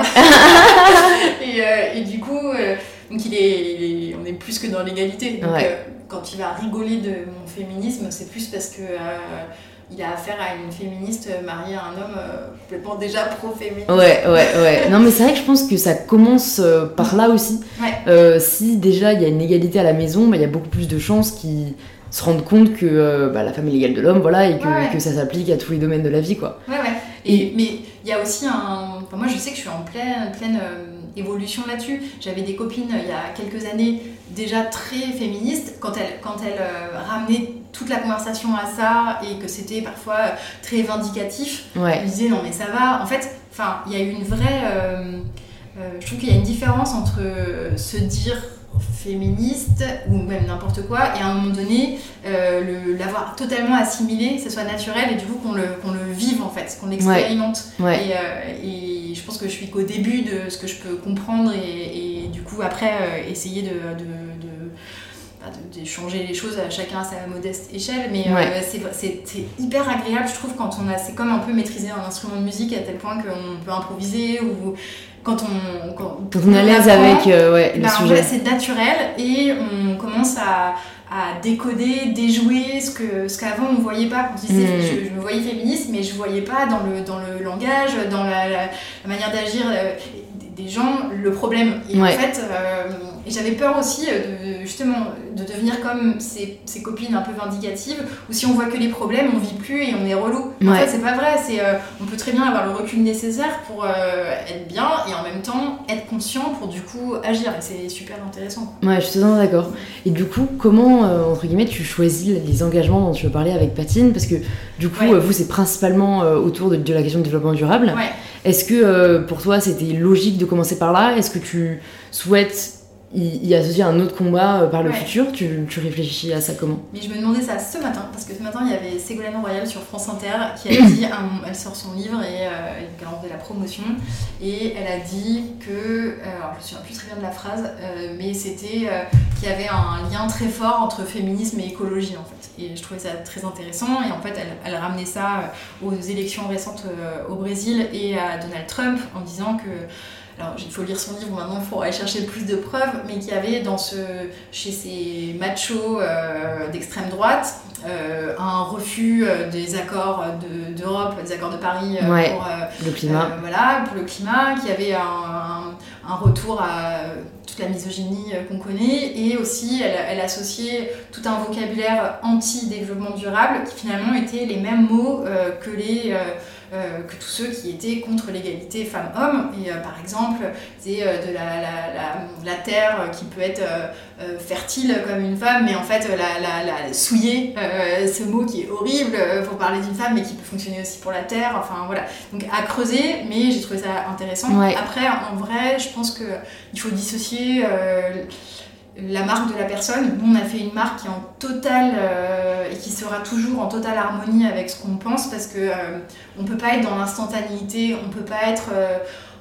et, euh, et du coup, euh, donc il est, il est- on est plus que dans l'égalité. Donc Ouais. euh, quand il va rigoler de mon féminisme, c'est plus parce que euh, il a affaire à une féministe mariée à un homme euh, complètement déjà pro-féministe. Ouais, ouais, ouais. Non, mais c'est vrai que je pense que ça commence euh, par là aussi. Ouais. Euh, si déjà il y a une égalité à la maison, bah, il y a beaucoup plus de chances qu'ils se rendent compte que euh, bah, la femme est l'égale de l'homme, voilà, et que, Ouais, ouais. que ça s'applique à tous les domaines de la vie, quoi. Ouais, ouais. Et, mais il y a aussi un. Enfin, moi, je sais que je suis en pleine, pleine euh, évolution là-dessus. J'avais des copines euh, il y a quelques années déjà très féministes quand elles, quand elles euh, ramenaient toute la conversation à ça et que c'était parfois euh, très vindicatif. Ouais. Elles disaient non, mais ça va. En fait, enfin, il y a eu une vraie. Euh, euh, je trouve qu'il y a une différence entre euh, se dire féministe ou même n'importe quoi et à un moment donné euh, le, l'avoir totalement assimilé, que ce soit naturel et du coup qu'on le, qu'on le vive en fait, qu'on l'expérimente. Ouais. Et, euh, et je pense que je suis qu'au début de ce que je peux comprendre et, et du coup après euh, essayer de, de, de, bah, de- de changer les choses à chacun à sa modeste échelle, mais euh, Ouais. c'est, c'est, c'est hyper agréable je trouve quand on a, c'est comme un peu maîtriser un instrument de musique à tel point qu'on peut improviser ou quand on, quand, Quand on est à l'aise apprend, avec euh, ouais, le bah, en sujet. vrai, c'est naturel et on commence à, à décoder, déjouer ce, que, ce qu'avant on ne voyait pas. Quand je, disais, Mm. je, je me voyais féministe, mais je ne voyais pas dans le, dans le langage, dans la, la, la manière d'agir euh, des gens le problème. Et Ouais. en fait, euh, et j'avais peur aussi euh, de, justement de devenir comme ces, ces copines un peu vindicatives, où si on voit que les problèmes, on vit plus et on est relou. En Ouais. fait, c'est pas vrai. C'est, euh, on peut très bien avoir le recul nécessaire pour euh, être bien et en même temps être conscient pour du coup agir. Et c'est super intéressant. Ouais, je suis totalement d'accord. Et du coup, comment, euh, entre guillemets, tu choisis les engagements dont tu veux parler avec Patine? Parce que du coup, Ouais. euh, vous, c'est principalement euh, autour de, de la question du développement durable. Ouais. Est-ce que euh, pour toi, c'était logique de commencer par là? Est-ce que tu souhaites y, y associer un autre combat par le ouais. futur. Tu, tu réfléchis à ça comment? Mais je me demandais ça ce matin, parce que ce matin, il y avait Ségolène Royal sur France Inter qui a dit, un, elle sort son livre et euh, elle lance de la promotion, et elle a dit que, alors je me souviens plus très bien de la phrase, euh, mais c'était euh, qu'il y avait un lien très fort entre féminisme et écologie en fait. Et je trouvais ça très intéressant, et en fait elle, elle ramenait ça aux élections récentes euh, au Brésil et à Donald Trump en disant que, alors il faut lire son livre maintenant, il faut aller chercher plus de preuves, mais qu'il y avait dans ce, chez ces machos euh, d'extrême droite euh, un refus euh, des accords de, d'Europe, des accords de Paris euh, ouais, pour, euh, le climat. Euh, voilà, pour le climat, qu'il y avait un, un, un retour à toute la misogynie euh, qu'on connaît, et aussi elle, elle associait tout un vocabulaire anti-développement durable qui finalement étaient les mêmes mots euh, que les... Euh, Euh, que tous ceux qui étaient contre l'égalité femmes-hommes. Et euh, par exemple, c'est euh, de la, la, la, la terre qui peut être euh, euh, fertile comme une femme, mais en fait la, la, la souiller, euh, ce mot qui est horrible euh, pour parler d'une femme, mais qui peut fonctionner aussi pour la terre. Enfin voilà, donc à creuser, mais j'ai trouvé ça intéressant. Ouais. Après, en vrai, je pense qu'il faut dissocier euh, la marque de la personne. Nous, on a fait une marque qui est en totale euh, et qui sera toujours en totale harmonie avec ce qu'on pense, parce que euh, on peut pas être dans l'instantanéité, on peut pas être euh,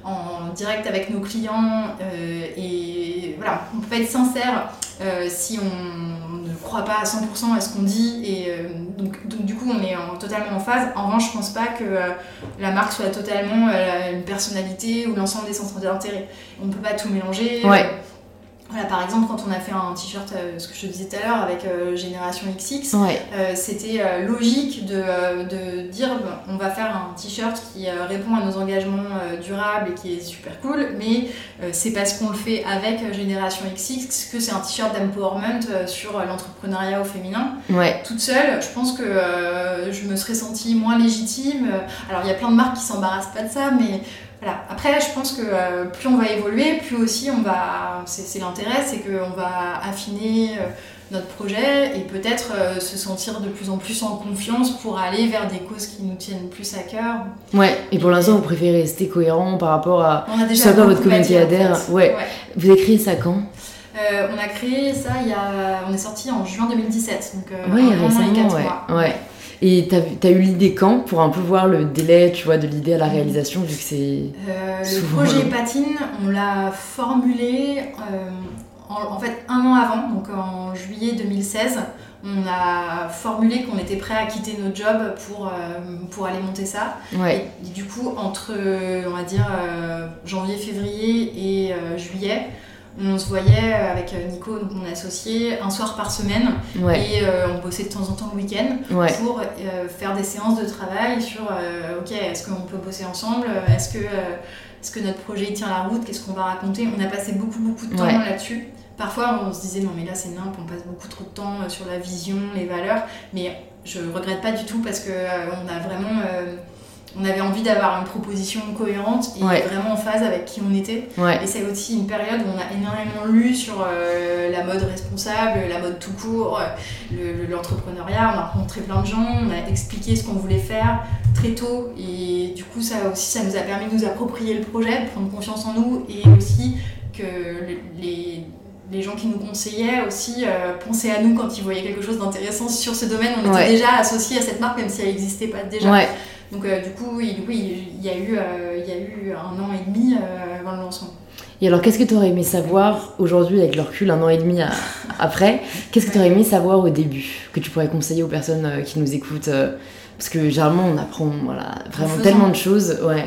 en direct avec nos clients euh, et voilà, on peut pas être sincère euh, si on ne croit pas à cent pour cent à ce qu'on dit, et euh, donc, donc du coup on est en, totalement en phase. En revanche, je pense pas que euh, la marque soit totalement euh, une personnalité ou l'ensemble des centres d'intérêt. On peut pas tout mélanger. Ouais. Euh, Voilà, par exemple, quand on a fait un t-shirt, euh, ce que je te disais tout à l'heure, avec euh, Génération X X, ouais. euh, c'était euh, logique de, euh, de dire ben, on va faire un t-shirt qui euh, répond à nos engagements euh, durables et qui est super cool, mais euh, c'est parce qu'on le fait avec euh, Génération X X que c'est un t-shirt d'empowerment euh, sur euh, l'entrepreneuriat au féminin. Ouais. Toute seule, je pense que euh, je me serais sentie moins légitime. Alors, il y a plein de marques qui s'embarrassent pas de ça, mais... Voilà. Après, je pense que euh, plus on va évoluer, plus aussi on va, c'est, c'est l'intérêt, c'est qu'on va affiner euh, notre projet et peut-être euh, se sentir de plus en plus en confiance pour aller vers des causes qui nous tiennent plus à cœur. Ouais, et pour l'instant, vous préférez rester cohérent par rapport à on a déjà ce à quoi votre beaucoup communauté bâti, adhère. en fait. Ouais. Ouais. Vous avez créé ça quand? euh, On a créé ça, il y a... on est sorti en juin deux mille dix-sept, donc euh, ouais, un récemment, an et quatre ouais. mois. Ouais. Et t'as, t'as eu l'idée quand, pour un peu voir le délai, tu vois, de l'idée à la réalisation, vu que c'est... Euh, le souvent... projet Patine, on l'a formulé euh, en, en fait un an avant, donc en juillet deux mille seize. On a formulé qu'on était prêt à quitter notre job pour, euh, pour aller monter ça. Ouais. Et, et du coup, entre, on va dire, euh, janvier, février et euh, juillet, on se voyait avec Nico, donc mon associé, un soir par semaine, ouais. et euh, on bossait de temps en temps le week-end ouais. pour euh, faire des séances de travail sur euh, ok, est-ce qu'on peut bosser ensemble, est-ce que, euh, est-ce que notre projet tient la route, qu'est-ce qu'on va raconter. On a passé beaucoup beaucoup de temps ouais. là-dessus. Parfois on se disait non mais là c'est nimp, on passe beaucoup trop de temps sur la vision, les valeurs, mais je regrette pas du tout parce que euh, on a vraiment euh, on avait envie d'avoir une proposition cohérente et ouais. vraiment en phase avec qui on était. Ouais. Et c'est aussi une période où on a énormément lu sur euh, la mode responsable, la mode tout court, le, le, l'entrepreneuriat. On a rencontré plein de gens, on a expliqué ce qu'on voulait faire très tôt. Et du coup, ça aussi, ça nous a permis de nous approprier le projet, de prendre confiance en nous, et aussi que les... les gens qui nous conseillaient aussi euh, pensaient à nous quand ils voyaient quelque chose d'intéressant sur ce domaine. On ouais. était déjà associés à cette marque, même si elle n'existait pas déjà. Ouais. Donc euh, du coup, oui, oui, il y a eu, euh, il y a eu un an et demi euh, avant le lancement. Et alors, qu'est-ce que tu aurais aimé savoir aujourd'hui, avec le recul, un an et demi à... après, qu'est-ce que tu aurais aimé savoir au début, que tu pourrais conseiller aux personnes euh, qui nous écoutent euh, parce que généralement, on apprend voilà, vraiment tellement de choses. Ouais.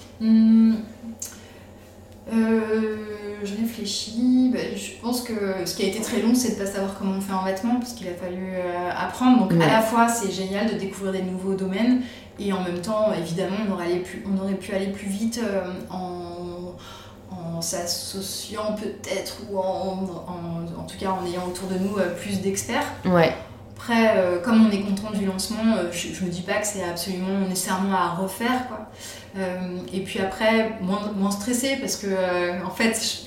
Hum, euh, je réfléchis. Bah, je pense que ce qui a été très long, c'est de ne pas savoir comment on fait un vêtement, parce qu'il a fallu euh, apprendre. Donc ouais. à la fois, c'est génial de découvrir des nouveaux domaines, et en même temps, évidemment, on aurait, allé plus, on aurait pu aller plus vite euh, en, en s'associant peut-être, ou en, en, en tout cas en ayant autour de nous euh, plus d'experts. Ouais. Après, euh, comme on est content du lancement, euh, je, je me dis pas que c'est absolument nécessairement à refaire, quoi. Euh, et puis après, moins, moins stressé, parce que euh, en fait, je, je trouve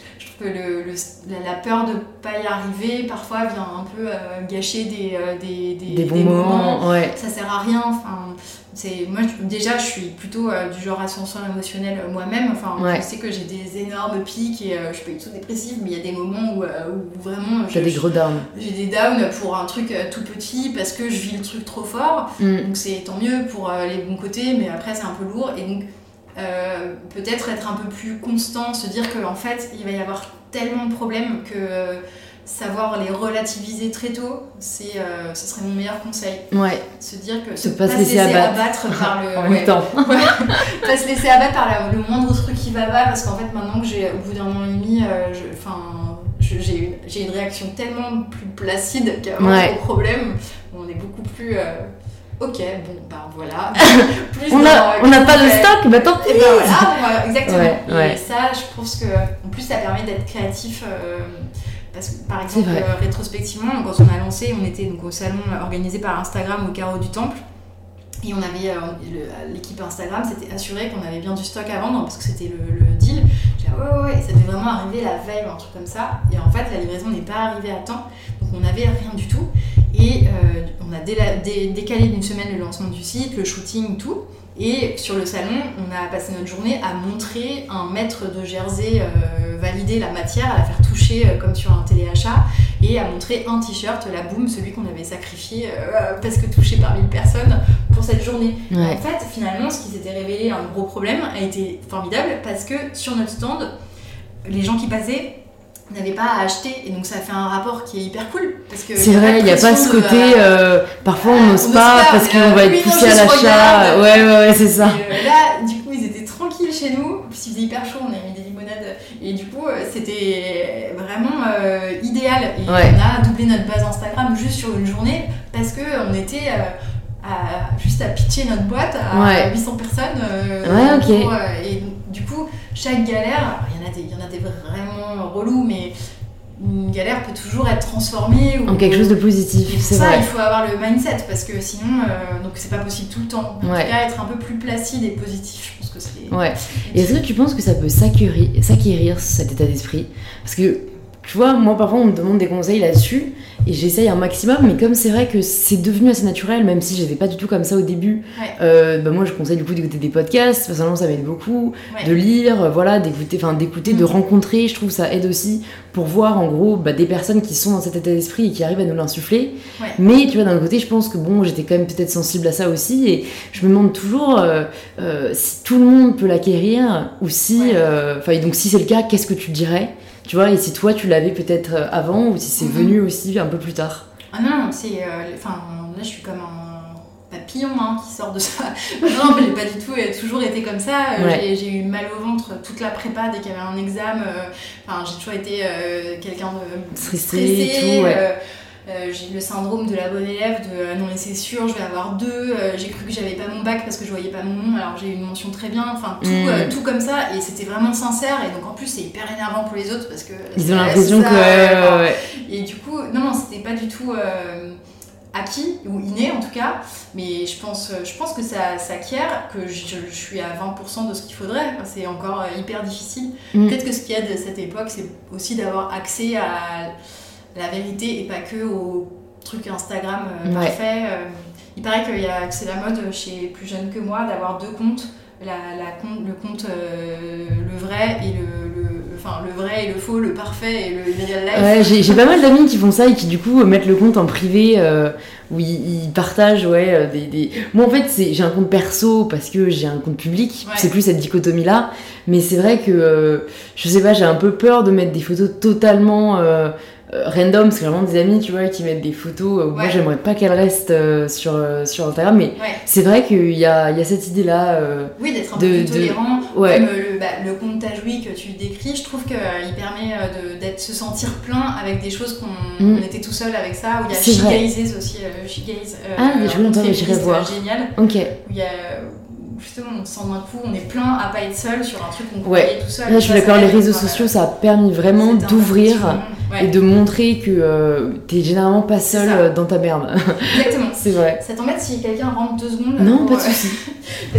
que le, le, la, la peur de pas y arriver parfois vient un peu euh, gâcher des, euh, des, des, des bons des moments, moments. Ouais. Ça sert à rien. Enfin, c'est, moi, je, déjà, je suis plutôt euh, du genre ascenseur émotionnel euh, moi-même. Enfin, ouais. Je sais que j'ai des énormes pics et euh, je suis pas du tout dépressive, mais il y a des moments où, euh, où vraiment. T'as des gros downs. J'ai des downs pour un truc euh, tout petit parce que je vis le truc trop fort. Mm. Donc c'est tant mieux pour euh, les bons côtés, mais après c'est un peu lourd. Et donc euh, peut-être être un peu plus constant, se dire qu'en fait il va y avoir tellement de problèmes que euh, savoir les relativiser très tôt, c'est, euh, ce serait mon meilleur conseil. Ouais. Se dire que se pas, pas se laisser, laisser abattre, abattre par le. en même ouais, temps. Ouais, pas se laisser abattre par la, le moindre truc qui va pas, parce qu'en fait maintenant que j'ai, au bout d'un an et demi, euh, je, je, j'ai, une, j'ai une réaction tellement plus placide qu'avant ouais. au problème. On est beaucoup plus. Euh, Ok, bon, bah voilà. Plus on n'a euh, pas de stock, bah tant pis. Et bah voilà, ouais, exactement. Ouais, et ouais. ça, je pense que, en plus, ça permet d'être créatif. Euh, parce que, par exemple, euh, rétrospectivement, quand on a lancé, on était donc au salon organisé par Instagram au Carreau du Temple. Et on avait, euh, le, l'équipe Instagram s'était assurée qu'on avait bien du stock à vendre parce que c'était le, le deal. J'ai dit, ouais, ouais, ouais, ça devait vraiment arriver la veille ou un truc comme ça. Et en fait, la livraison n'est pas arrivée à temps. Donc, on n'avait rien du tout. Et euh, on a déla- dé- décalé d'une semaine le lancement du site, le shooting, tout. Et sur le salon, on a passé notre journée à montrer un mètre de jersey, euh, valider la matière, à la faire toucher euh, comme sur un téléachat, et à montrer un t-shirt, la Boom, celui qu'on avait sacrifié euh, parce que touché par mille personnes pour cette journée. Ouais. En fait, finalement, ce qui s'était révélé un gros problème a été formidable parce que sur notre stand, les gens qui passaient n'avait pas à acheter, et donc ça fait un rapport qui est hyper cool parce que c'est vrai, il n'y a pas ce côté euh, euh, parfois on n'ose pas, pas parce qu'on euh, va être oui, poussé à l'achat. Ouais, ouais, ouais, c'est ça. Et, euh, là, du coup, ils étaient tranquilles chez nous, puis il faisait hyper chaud, on avait mis des limonades, et du coup, euh, c'était vraiment euh, idéal. Et ouais. On a doublé notre base Instagram juste sur une journée parce qu'on était euh, à, juste à pitcher notre boîte à ouais. huit cents personnes. Euh, ouais, ok. Pour, euh, et du coup, chaque galère, il y en a des, il y en a des vraiment relous, mais une galère peut toujours être transformée ou, en quelque chose de positif. Et pour c'est ça, vrai. Il faut avoir le mindset parce que sinon, euh, donc c'est pas possible tout le temps. En ouais. tout cas, être un peu plus placide et positif, je pense que c'est. Ouais. Et est-ce que tu penses que ça peut s'acquérir, s'acquérir cet état d'esprit ? Parce que tu vois, moi parfois on me demande des conseils là-dessus et j'essaye un maximum, mais comme c'est vrai que c'est devenu assez naturel, même si j'étais pas du tout comme ça au début, ouais. euh, bah moi je conseille du coup d'écouter des podcasts, personnellement ça m'aide beaucoup, ouais. de lire, voilà, d'écouter, enfin d'écouter, mmh. de rencontrer, je trouve ça aide aussi pour voir en gros bah, des personnes qui sont dans cet état d'esprit et qui arrivent à nous l'insuffler. Ouais. Mais tu vois, d'un côté je pense que bon, j'étais quand même peut-être sensible à ça aussi et je me demande toujours euh, euh, si tout le monde peut l'acquérir ou si, enfin ouais. euh, donc si c'est le cas, qu'est-ce que tu dirais ? Tu vois, et si toi tu l'avais peut-être avant ou si c'est mm-hmm. venu aussi un peu plus tard. Ah non, c'est. Enfin, euh, là je suis comme un papillon hein, qui sort de ça. Non, mais j'ai pas du tout euh, toujours été comme ça. Euh, ouais. j'ai, j'ai eu mal au ventre toute la prépa dès qu'il y avait un examen. Enfin, euh, j'ai toujours été euh, quelqu'un de stressé. stressé et tout, ouais. euh, Euh, j'ai le syndrome de la bonne élève de euh, non mais c'est sûr je vais avoir deux, euh, j'ai cru que j'avais pas mon bac parce que je voyais pas mon nom alors j'ai eu une mention très bien, enfin tout, mmh. euh, tout comme ça et c'était vraiment sincère et donc en plus c'est hyper énervant pour les autres parce que ils ont l'impression ça, que ouais, ouais, ouais. Et du coup non non c'était pas du tout euh, acquis ou inné en tout cas mais je pense, je pense que ça s'acquiert, que je, je suis à vingt pour cent de ce qu'il faudrait, c'est encore hyper difficile. mmh. Peut-être que ce qu'il y a de cette époque c'est aussi d'avoir accès à la vérité et pas que aux trucs Instagram euh, ouais. parfaits. Euh, il paraît que, y a, que c'est la mode chez plus jeunes que moi d'avoir deux comptes, la, la compte, le compte euh, le vrai et le, le, enfin, le vrai et le faux, le parfait et le, le real life. Ouais, j'ai, j'ai pas mal d'amis qui font ça et qui du coup mettent le compte en privé euh, où ils, ils partagent ouais, des, des... Moi en fait c'est, j'ai un compte perso parce que j'ai un compte public, ouais. c'est plus cette dichotomie là, mais c'est vrai que euh, je sais pas, j'ai un peu peur de mettre des photos totalement euh, random parce que j'ai vraiment des amis tu vois qui mettent des photos où ouais. moi j'aimerais pas qu'elles restent euh, sur, euh, sur Instagram mais ouais. c'est vrai qu'il y a, il y a cette idée là euh, oui d'être un de, peu plus tolérant de... ouais. comme le, bah, le compte Tajoui que tu décris je trouve qu'il permet de d'être, se sentir plein avec des choses qu'on mm. on était tout seul avec ça où il y a She Gazes aussi euh, She Gaze euh, ah mais je veux entendre j'irai voir génial ok où il y a justement on se sent d'un coup on est plein à pas être seul sur un truc qu'on ouais. croyait tout seul là je suis d'accord les réseaux sociaux ça a permis vraiment d'ouvrir ouais. et de montrer que euh, t'es généralement pas seul dans ta merde exactement c'est vrai ça t'embête si quelqu'un rentre deux secondes non pour, pas de soucis parce qu'on est en train de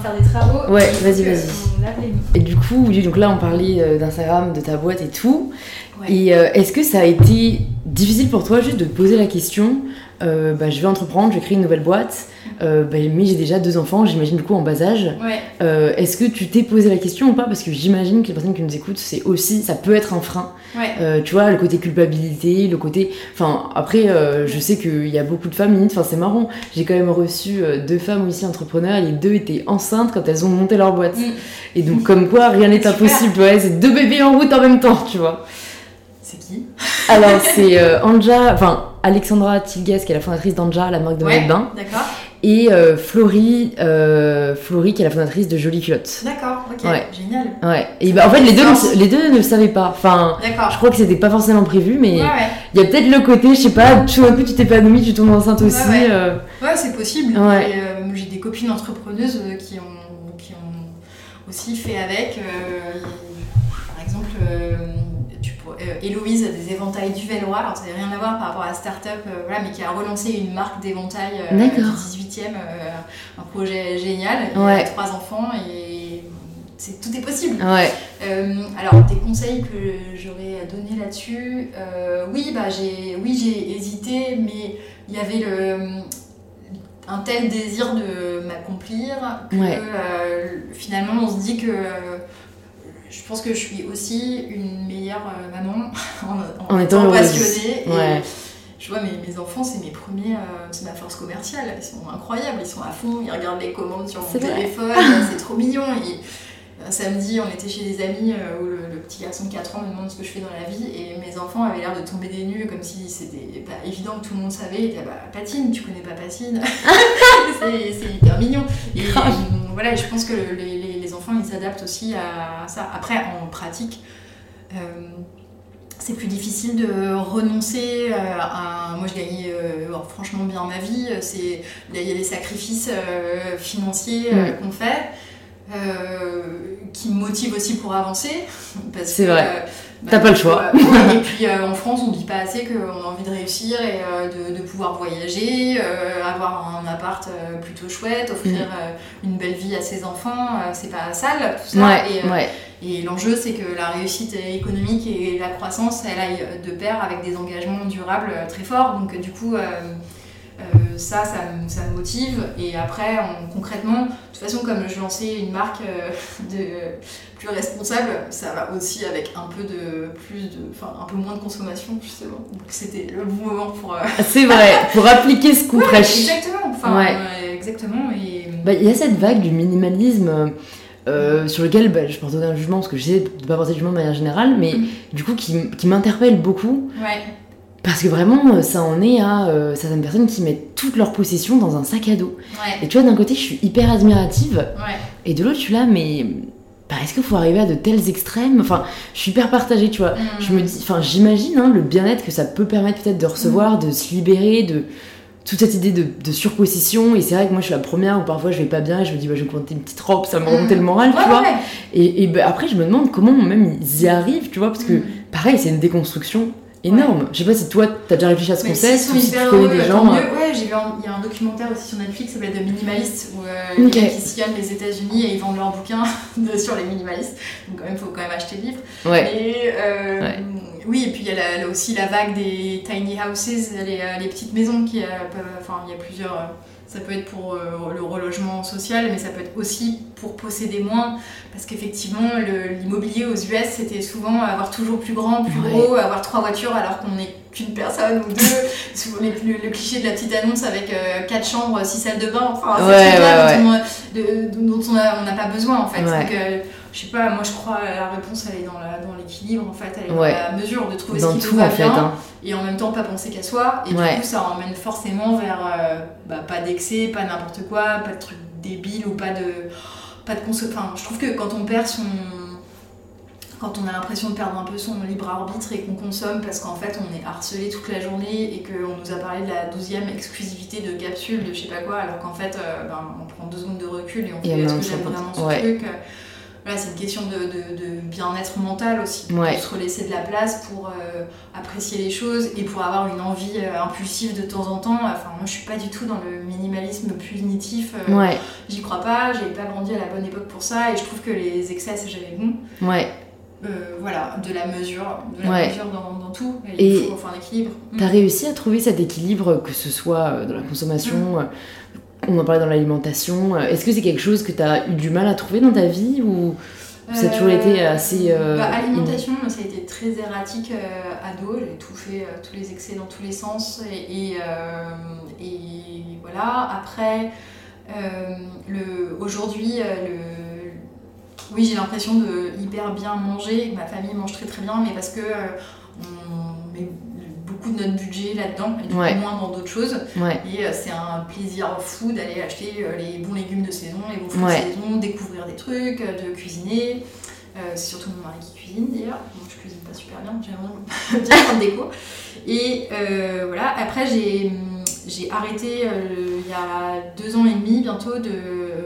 faire des travaux. Ouais, vas-y, vas-y. On lave les mains. Et du coup, oui, donc là, on parlait euh, d'Instagram, de ta boîte et tout. Ouais. Et euh, est-ce que ça a été difficile pour toi juste de te poser la question euh, bah, je vais entreprendre, je vais créer une nouvelle boîte, euh, bah, mais j'ai déjà deux enfants, j'imagine du coup en bas âge. Ouais. Euh, est-ce que tu t'es posé la question ou pas? Parce que j'imagine que les personnes qui nous écoutent, c'est aussi, ça peut être un frein. Ouais. Euh, tu vois, le côté culpabilité, le côté... Enfin, après, euh, je sais qu'il y a beaucoup de femmes, limite, enfin c'est marrant, j'ai quand même reçu euh, deux femmes aussi entrepreneurs, et les deux étaient enceintes quand elles ont monté leur boîte. Mm. Et donc, comme quoi, rien n'est impossible, ouais, c'est deux bébés en route en même temps, tu vois. C'est qui? Alors, c'est euh, Anja, enfin, Alexandra Tilgas, qui est la fondatrice d'Anja, la marque de maillot de bain. D'accord. Et euh, Florie, euh, Florie, qui est la fondatrice de Jolies Culottes. D'accord, ok, ouais. Génial. Ouais. Et bah, en fait, les deux, ne, les deux ne le savaient pas. Enfin, d'accord. Je crois que c'était pas forcément prévu, mais il ouais, ouais. y a peut-être le côté, je sais pas, tout d'un coup, tu t'épanouis, tu tombes enceinte aussi. Ouais, ouais. Euh... ouais c'est possible. Ouais. Et, euh, j'ai des copines entrepreneuses qui ont, qui ont aussi fait avec. Euh, par exemple. Euh, Euh, Héloïse a des éventails du Vellois, alors ça n'avait rien à voir par rapport à la start-up, euh, voilà, mais qui a relancé une marque d'éventails euh, du dix-huitième, euh, un projet génial, il ouais. a trois enfants et c'est, tout est possible. Ouais. Euh, alors des conseils que j'aurais à donner là-dessus, euh, oui, bah, j'ai, oui j'ai hésité, mais il y avait le, un tel désir de m'accomplir que ouais. euh, finalement on se dit que je pense que je suis aussi une meilleure euh, maman en, en, en étant passionnée. Ouais. Et je vois mes, mes enfants, c'est mes premiers, euh, c'est ma force commerciale. Ils sont incroyables, ils sont à fond, ils regardent les commandes sur mon c'est téléphone, c'est trop mignon. Et, un samedi, on était chez des amis euh, où le, le petit garçon de quatre ans me demande ce que je fais dans la vie et mes enfants avaient l'air de tomber des nues comme si c'était pas évident que tout le monde savait. Ils disaient bah, Patine, tu connais pas Patine. c'est, c'est hyper mignon. Et euh, voilà, je pense que le, les, les enfants ils s'adaptent aussi à ça. Après, en pratique, euh, c'est plus difficile de renoncer à. Moi, je gagnais euh, franchement bien ma vie. C'est, il y a les sacrifices euh, financiers euh, mmh. qu'on fait. Euh, qui me motive aussi pour avancer parce c'est que, vrai euh, bah, t'as pas le choix euh, et puis euh, en France on dit pas assez qu'on a envie de réussir et euh, de, de pouvoir voyager euh, avoir un appart euh, plutôt chouette offrir euh, une belle vie à ses enfants euh, c'est pas sale tout ça ouais, et, euh, ouais. et l'enjeu c'est que la réussite économique et la croissance elle aille de pair avec des engagements durables très forts donc du coup euh, Euh, ça, ça me, ça me motive et après on, concrètement de toute façon comme je lançais une marque euh, de, plus responsable ça va aussi avec un peu de plus de enfin un peu moins de consommation justement donc c'était le bon moment pour euh... c'est vrai pour appliquer ce coup ouais, fraîche exactement enfin ouais. euh, exactement et bah, y a cette vague du minimalisme euh, sur lequel bah, je porte aucun jugement parce que j'essaie de ne pas porter de jugement de manière générale mais mmh. du coup qui, qui m'interpelle beaucoup ouais. Parce que vraiment, ça en est à euh, certaines personnes qui mettent toutes leurs possessions dans un sac à dos. Ouais. Et tu vois, d'un côté, je suis hyper admirative. Ouais. Et de l'autre, je suis là, mais bah, est-ce qu'il faut arriver à de tels extrêmes ? Enfin, je suis hyper partagée, tu vois. Mmh. Je me dis, enfin, j'imagine hein, le bien-être que ça peut permettre peut-être de recevoir, mmh. de se libérer de toute cette idée de, de surpossession. Et c'est vrai que moi, je suis la première où parfois je vais pas bien et je me dis, bah, je vais me prendre une petite robe, ça me remonter mmh. le moral, ouais, tu vois. Ouais. Et, et bah, après, je me demande comment même ils y arrivent, tu vois, parce que mmh. pareil, c'est une déconstruction. Énorme. Ouais. Je sais pas si toi t'as déjà réfléchi à ce concept ou si tu connais des gens. Mieux. Ouais, j'ai vu un, il y a un documentaire aussi sur Netflix qui s'appelle The Minimalist où euh, okay. les gens qui sillonnent les États-Unis et ils vendent leurs bouquins de, sur les minimalistes. Donc quand même faut quand même acheter le livre. Ouais. Et euh, ouais. oui et puis il y a la, là aussi la vague des tiny houses, les, les petites maisons qui, enfin il y a plusieurs. Euh, Ça peut être pour euh, le relogement social, mais ça peut être aussi pour posséder moins. Parce qu'effectivement, le, l'immobilier aux U S, c'était souvent avoir toujours plus grand, plus ouais. gros, avoir trois voitures alors qu'on n'est qu'une personne ou deux. Souvent, les, le, le cliché de la petite annonce avec euh, quatre chambres, six salles de bain. Enfin, ouais, c'est trucs-là ouais, dont, ouais. on, de, dont on n'a on a pas besoin, en fait. Ouais. Donc, euh, je sais pas, moi je crois la réponse elle est dans, la, dans l'équilibre, en fait. Elle est ouais. dans la mesure de trouver dans ce qui tout, nous va en fait, bien. Hein. Et en même temps pas penser qu'à soi et ouais. du coup ça emmène forcément vers euh, bah, pas d'excès, pas n'importe quoi, pas de trucs débiles ou pas de pas de conso- enfin je trouve que quand on perd son quand on a l'impression de perdre un peu son libre arbitre et qu'on consomme parce qu'en fait on est harcelé toute la journée et qu'on nous a parlé de la douzième exclusivité de capsule de je sais pas quoi alors qu'en fait euh, ben, on prend deux secondes de recul et on fait est-ce que j'aime vraiment ce ouais. truc voilà, c'est une question de, de, de bien-être mental aussi, ouais. de se relaisser de la place pour euh, apprécier les choses et pour avoir une envie euh, impulsive de temps en temps. Enfin, moi, je suis pas du tout dans le minimalisme punitif. Euh, ouais. J'y crois pas. J'ai pas grandi à la bonne époque pour ça et je trouve que les excès, c'est jamais bon. Ouais. Euh, voilà, de la mesure, de la ouais. mesure dans, dans tout. Et il faut faire un équilibre. T'as mmh. réussi à trouver cet équilibre, que ce soit dans la consommation, mmh. on en parlait dans l'alimentation. Est-ce que c'est quelque chose que t'as eu du mal à trouver dans ta vie ou ça a toujours euh, été assez... Euh, bah, alimentation, in... ça a été très erratique euh, ado. J'ai tout fait, euh, tous les excès dans tous les sens. Et, et, euh, et voilà, après, euh, le, aujourd'hui, euh, le... Oui, j'ai l'impression de hyper bien manger. Ma famille mange très très bien, mais parce que euh, on met beaucoup de notre budget là-dedans et du ouais. coup moins dans d'autres choses. Ouais. Et euh, c'est un plaisir fou d'aller acheter euh, les bons légumes de saison, les bons fruits ouais. de saison, découvrir des trucs, euh, de cuisiner. Euh, c'est surtout mon mari qui cuisine d'ailleurs. Moi, je cuisine pas super bien, j'aimerais bien faire des cours. Et euh, voilà. Après, j'ai j'ai arrêté euh, il y a deux ans et demi bientôt de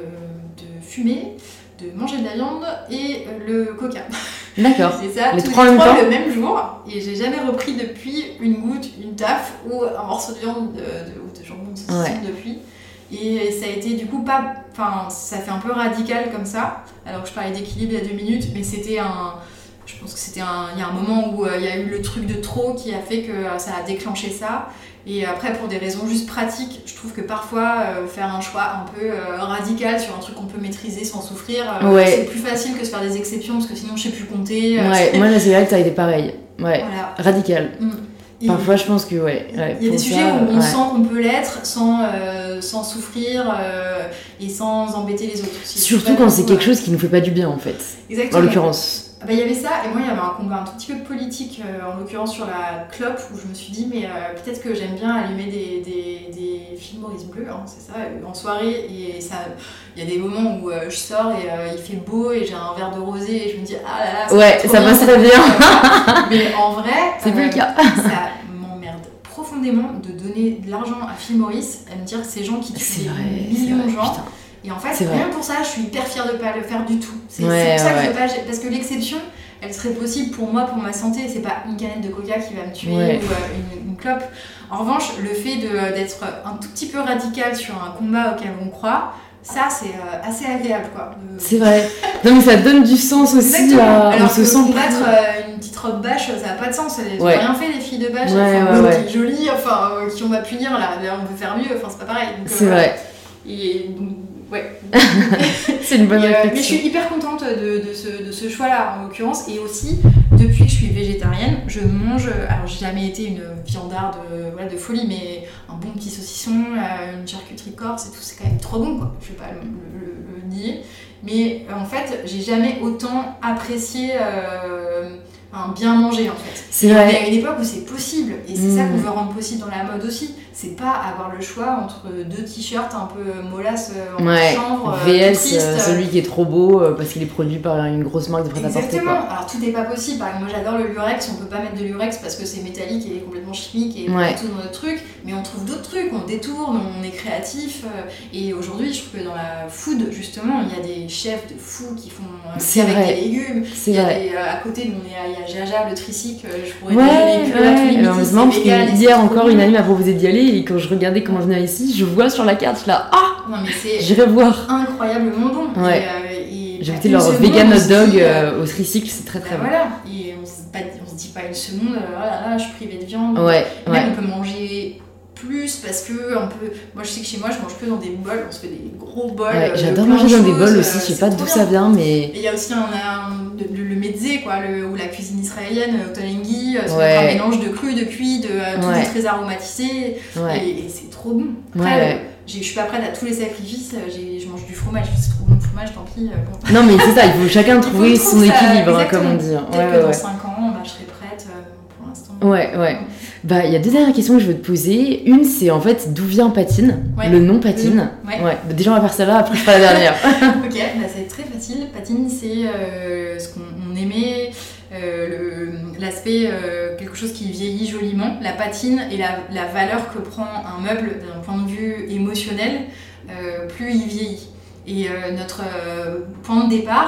de fumer, de manger de la viande et le coca. D'accord. C'est ça, les tous trois les même trois temps. le même jour. Et j'ai jamais repris depuis une goutte, une taffe ou un morceau de viande de, de, ou de jambon de saucisson ouais. depuis. Et ça a été du coup pas... Enfin, ça fait un peu radical comme ça. Alors que je parlais d'équilibre il y a deux minutes, mais c'était un... Je pense que c'était un... Il y a un moment où euh, il y a eu le truc de trop qui a fait que euh, ça a déclenché ça. Et après, pour des raisons juste pratiques, je trouve que parfois, euh, faire un choix un peu euh, radical sur un truc qu'on peut maîtriser sans souffrir, euh, ouais. c'est plus facile que de faire des exceptions, parce que sinon, je sais plus compter. Euh, ouais, moi, là, c'est vrai que ça a été pareil. Ouais, voilà. Radical. Mmh. Et parfois, je pense que, ouais. ouais il y a des sujets ça, où on ouais. sent qu'on peut l'être sans, euh, sans souffrir euh, et sans embêter les autres. Si Surtout quand c'est quelque chose qui nous fait pas du bien, en fait. Exactement. En l'occurrence. Ah bah, il y avait ça, et moi il y avait un combat un tout petit peu politique, euh, en l'occurrence sur la clope, où je me suis dit, mais euh, peut-être que j'aime bien allumer des, des, des films Maurice Bleu, hein, c'est ça, en soirée, et ça, il y a des moments où euh, je sors et euh, il fait beau et j'ai un verre de rosé et je me dis, ah là là, ça ouais, ça passe très bien. Mais en vrai, c'est euh, plus le cas. Ça m'emmerde profondément de donner de l'argent à Phil Maurice, à me dire que ces gens qui tuent des vrai, millions de gens. Putain. Et en fait, c'est rien vrai. Pour ça, je suis hyper fière de ne pas le faire du tout. C'est, ouais, c'est pour ça ouais. que je veux pas. Parce que l'exception, elle serait possible pour moi, pour ma santé. C'est pas une canette de coca qui va me tuer ouais. ou euh, une, une clope. En revanche, le fait de, d'être un tout petit peu radical sur un combat auquel on croit, ça, c'est euh, assez agréable, quoi. De... C'est vrai. Non, mais ça donne du sens aussi. Exactement. À... Alors on se que sent combattre euh, une petite robe bâche, ça n'a pas de sens. Elles n'ont ouais. rien fait, les filles de bâche. Ouais, enfin, ouais, ouais. qui est jolie, enfin, euh, qui on va punir, là, là, on peut faire mieux. Enfin, c'est pas pareil. Donc, c'est euh, vrai. Et donc, ouais. C'est une bonne et, réflexion. Euh, mais je suis hyper contente de, de, ce, de ce choix-là, en l'occurrence. Et aussi, depuis que je suis végétarienne, je mange... Alors, j'ai jamais été une viandarde de, voilà, de folie, mais un bon petit saucisson, euh, une charcuterie corse et tout, c'est quand même trop bon, quoi. Je vais pas le, le, le, le nier. Mais euh, en fait, j'ai jamais autant apprécié... Euh, un bien manger en fait. C'est et vrai. On est à une époque où c'est possible et c'est mmh. ça qu'on veut rendre possible dans la mode aussi. C'est pas avoir le choix entre deux t-shirts un peu molasses en ouais. chanvre, V S, triste. Euh, celui qui est trop beau euh, parce qu'il est produit par une grosse marque de prêt-à-porter. Exactement. Quoi. Alors tout n'est pas possible. Par exemple, moi j'adore le lurex. On peut pas mettre de lurex parce que c'est métallique et complètement chimique et ouais. tout dans notre truc. Mais on trouve d'autres trucs. On détourne, on est créatif. Et aujourd'hui, je trouve que dans la food justement, il y a des chefs de fous qui font c'est avec vrai. des légumes. C'est il y a vrai. Des, euh, à côté, il y a, il y a Jaja le Tricycle. Je pourrais ouais, déjeuner que ouais. à tous les midis, heureusement, parce vegan, que hier encore, une amie m'a proposé d'y aller et quand je regardais comment je venais ici, je vois sur la carte, je suis là, ah, non, mais c'est j'irai voir. Incroyablement bon. Ouais. Et, euh, et j'ai goûté leur vegan hot dog dit, euh, au Tricycle, c'est très très bah bon. Voilà, et on se, pas, on se dit pas une seconde, euh, oh là là, je suis privée de viande. Ouais, même ouais. on peut manger plus parce que on peut... moi je sais que chez moi je mange que dans des bols, on se fait des gros bols. Ouais, euh, j'adore de manger dans choses, des bols euh, aussi, je sais pas d'où ça vient, mais. Et il y a aussi un, un, le, le mezze, quoi, le, ou la cuisine israélienne, au Tolengi, c'est ouais. un mélange de cru, de cuit, de euh, tout ouais. est très aromatisé, ouais. et, et c'est trop bon. Après, ouais, ouais. je suis pas prête à tous les sacrifices, j'ai, je mange du fromage, c'est trop bon le fromage, tant pis. Euh, bon. Non, mais c'est ça, il faut chacun trouver faut son ça, équilibre, hein, comme on dit. Peut-être ouais, que ouais, dans ouais. cinq ans, bah, je serai prête euh, pour l'instant. Ouais, ouais. Bah, il y a deux dernières questions que je veux te poser. Une, c'est en fait d'où vient Patine, ouais. le nom Patine. Ouais. ouais. Déjà, on va faire celle-là, après je ferai la dernière. Ok, bah, c'est très facile. Patine, c'est euh, ce qu'on on aimait, euh, le, l'aspect, euh, quelque chose qui vieillit joliment. La patine et la, la valeur que prend un meuble d'un point de vue émotionnel, euh, plus il vieillit. Et euh, notre euh, point de départ,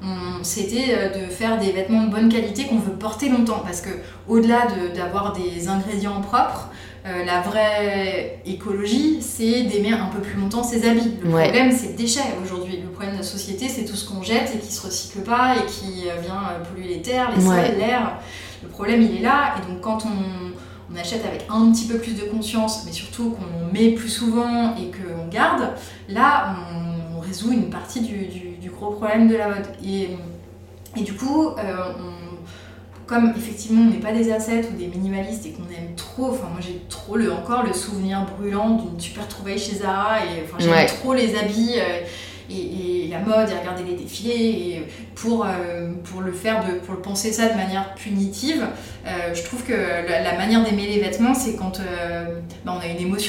on, c'était de faire des vêtements de bonne qualité qu'on veut porter longtemps. Parce que au-delà de, d'avoir des ingrédients propres, euh, la vraie écologie, c'est d'aimer un peu plus longtemps ses habits. Le ouais. problème, c'est le déchet aujourd'hui. Le problème de notre société, c'est tout ce qu'on jette et qui se recycle pas et qui vient polluer les terres, les ouais. sols, l'air. Le problème, il est là. Et donc, quand on, on achète avec un petit peu plus de conscience, mais surtout qu'on met plus souvent et qu'on garde, là, on, on résout une partie du, du, du gros problème de la mode. Et, et du coup, euh, on, comme effectivement, on n'est pas des ascètes ou des minimalistes et qu'on aime trop, enfin, moi j'ai trop le, encore le souvenir brûlant d'une super trouvaille chez Zara. Et enfin, j'aime ouais. trop les habits. Euh, Et, et la mode, et regarder les défilés, et pour, euh, pour le faire, de, pour le penser ça de manière punitive, euh, je trouve que la, la manière d'aimer les vêtements, c'est quand euh, bah on a une émotion.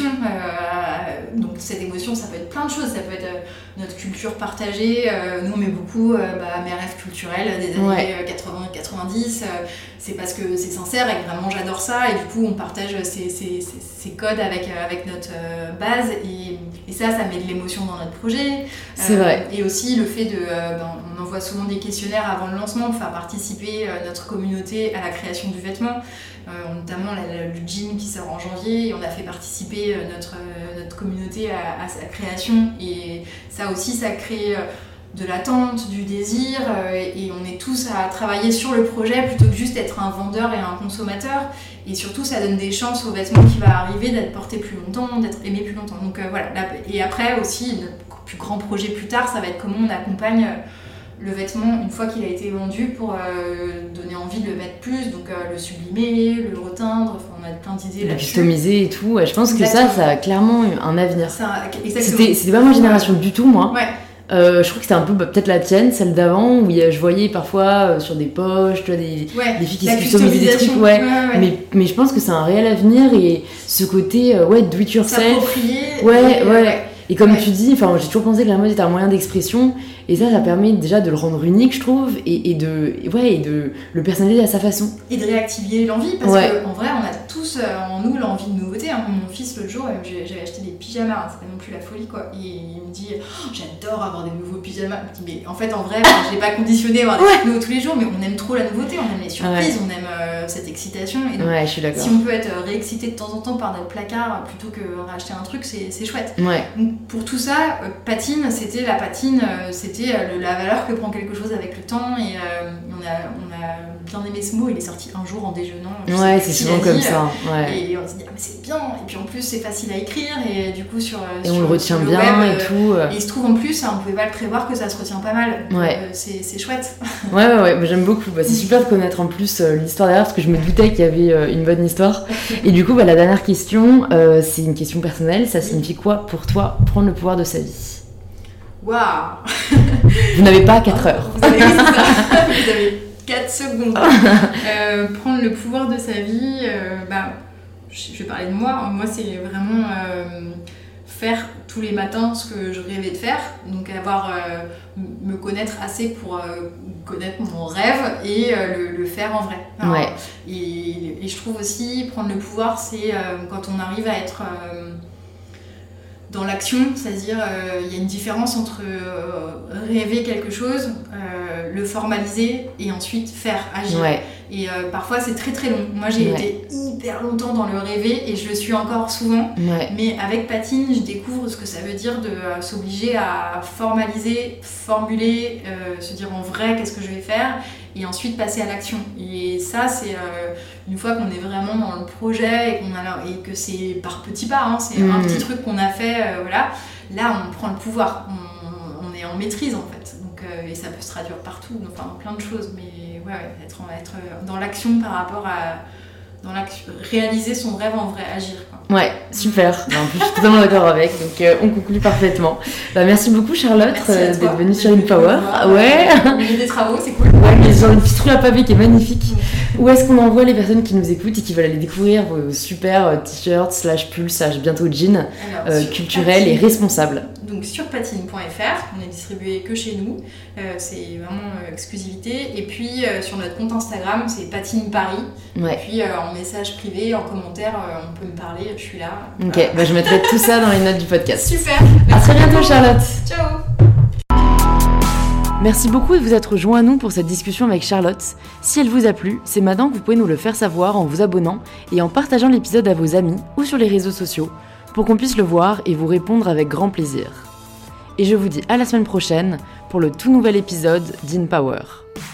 Euh, donc cette émotion, ça peut être plein de choses, ça peut être euh, notre culture partagée. Euh, nous, on met beaucoup euh, bah, mes rêves culturels des années ouais. quatre-vingts quatre-vingt-dix. Euh, c'est parce que c'est sincère et que vraiment j'adore ça, et du coup on partage ces, ces, ces, ces codes avec, avec notre euh, base, et, et ça, ça met de l'émotion dans notre projet. C'est euh, vrai. Et aussi le fait de, euh, ben, on envoie souvent des questionnaires avant le lancement pour faire participer euh, notre communauté à la création du vêtement, euh, notamment la, la, le jean qui sort en janvier, et on a fait participer euh, notre, euh, notre communauté à, à sa création, et ça aussi, ça crée euh, de l'attente, du désir, euh, et on est tous à travailler sur le projet plutôt que juste être un vendeur et un consommateur. Et surtout, ça donne des chances au vêtement qui va arriver d'être porté plus longtemps, d'être aimé plus longtemps. Donc euh, voilà. Là, et après aussi, notre plus grand projet plus tard, ça va être comment on accompagne le vêtement une fois qu'il a été vendu pour euh, donner envie de le mettre plus, donc euh, le sublimer, le reteindre, enfin on a plein d'idées le là-dessus. Customiser et tout. Je pense exactement. que ça, ça a clairement un avenir. Ça, c'était, c'était pas ma génération ouais. du tout, moi. Ouais. Euh, je crois que c'était un peu bah, peut-être la tienne, celle d'avant, où je voyais parfois euh, sur des poches, tu vois, des, ouais, des filles qui se customisaient des trucs, ouais. Ouais, ouais. Mais, mais je pense que c'est un réel avenir, et ce côté euh, ouais, do it yourself. Ouais, ouais, ouais. Et comme ouais. tu dis, enfin, j'ai toujours pensé que la mode était un moyen d'expression, et ça, ça permet déjà de le rendre unique, je trouve, et, et, de, ouais, et de le personnaliser à sa façon. Et de réactiver l'envie, parce ouais. qu'en vrai, on a tous euh, en nous l'envie de nouveauté. Hein. Mon fils, l'autre jour, euh, j'avais acheté des pyjamas, hein, c'est pas non plus la folie, quoi. Et il me dit, oh, j'adore avoir des nouveaux pyjamas. Je me dis, mais en fait, en vrai, je l'ai pas conditionné à avoir des ouais. trucs nouveaux tous les jours, mais on aime trop la nouveauté, on aime les surprises, ouais. on aime euh, cette excitation. Et donc, ouais, je suis d'accord. Si on peut être réexcité de temps en temps par notre placard plutôt que racheter un truc, c'est, c'est chouette. Ouais. Donc, pour tout ça, euh, patine, c'était la patine, euh, c'était euh, la valeur que prend quelque chose avec le temps, et euh, on, a, on a bien aimé ce mot. Il est sorti un jour en déjeunant. Ouais, c'est souvent comme ça. Ouais. Et on se dit, ah, mais c'est bien, et puis en plus c'est facile à écrire, et du coup sur. Et sur, on le retient le bien web, et tout. Et il se trouve en plus, on pouvait pas le prévoir que ça se retient pas mal. Ouais. Euh, c'est, c'est chouette. Ouais, ouais, ouais, bah, j'aime beaucoup. Bah, c'est super de connaître en plus euh, l'histoire derrière, parce que je me doutais qu'il y avait euh, une bonne histoire. Et du coup, bah, la dernière question, euh, c'est une question personnelle. Ça signifie quoi pour toi prendre le pouvoir de sa vie? Waouh. Vous n'avez pas quatre heures. Vous avez, vous avez quatre secondes. euh, prendre le pouvoir de sa vie, euh, bah, je vais parler de moi. Moi, c'est vraiment euh, faire tous les matins ce que je rêvais de faire. Donc, avoir, euh, me connaître assez pour euh, connaître mon rêve et euh, le, le faire en vrai. Alors, ouais. et, et je trouve aussi, prendre le pouvoir, c'est euh, quand on arrive à être... Euh, dans l'action, c'est-à-dire il euh, y a une différence entre euh, rêver quelque chose, euh, le formaliser et ensuite faire, agir. Ouais. Et euh, parfois c'est très très long. Moi j'ai ouais. été hyper longtemps dans le rêver, et je le suis encore souvent. Ouais. Mais avec Patine, je découvre ce que ça veut dire de euh, s'obliger à formaliser, formuler, euh, se dire en vrai qu'est-ce que je vais faire, et ensuite passer à l'action. Et ça, c'est euh, une fois qu'on est vraiment dans le projet et, qu'on a, et que c'est par petits pas, hein, c'est mmh. un petit truc qu'on a fait, euh, voilà, là on prend le pouvoir, on, on est en maîtrise en fait. Donc, euh, et ça peut se traduire partout, enfin plein de choses, mais ouais, ouais être, être dans l'action par rapport à dans l'action, réaliser son rêve en vrai, agir, quoi. Ouais, super. En plus, je suis totalement d'accord avec, donc euh, on conclut parfaitement. Bah, merci beaucoup Charlotte merci euh, d'être venue sur InPower. Ah ouais. Il y a des travaux, c'est cool. Ouais, mais genre une petite rue à pavé qui est magnifique. Où est-ce qu'on envoie les personnes qui nous écoutent et qui veulent aller découvrir vos super euh, t-shirts slash pulls slash bientôt jeans euh, culturels Patine. Et responsables? Donc sur patine point f r, on est distribué que chez nous, euh, c'est vraiment euh, exclusivité. Et puis euh, sur notre compte Instagram, c'est Patine Paris. Ouais. Et puis euh, en message privé, en commentaire, euh, on peut me parler, je suis là. Ok, voilà. Bah, je mettrai tout ça dans les notes du podcast. Super. À très bientôt Charlotte. Ciao. Merci beaucoup de vous être joints à nous pour cette discussion avec Charlotte. Si elle vous a plu, c'est maintenant que vous pouvez nous le faire savoir en vous abonnant et en partageant l'épisode à vos amis ou sur les réseaux sociaux pour qu'on puisse le voir et vous répondre avec grand plaisir. Et je vous dis à la semaine prochaine pour le tout nouvel épisode d'InPower.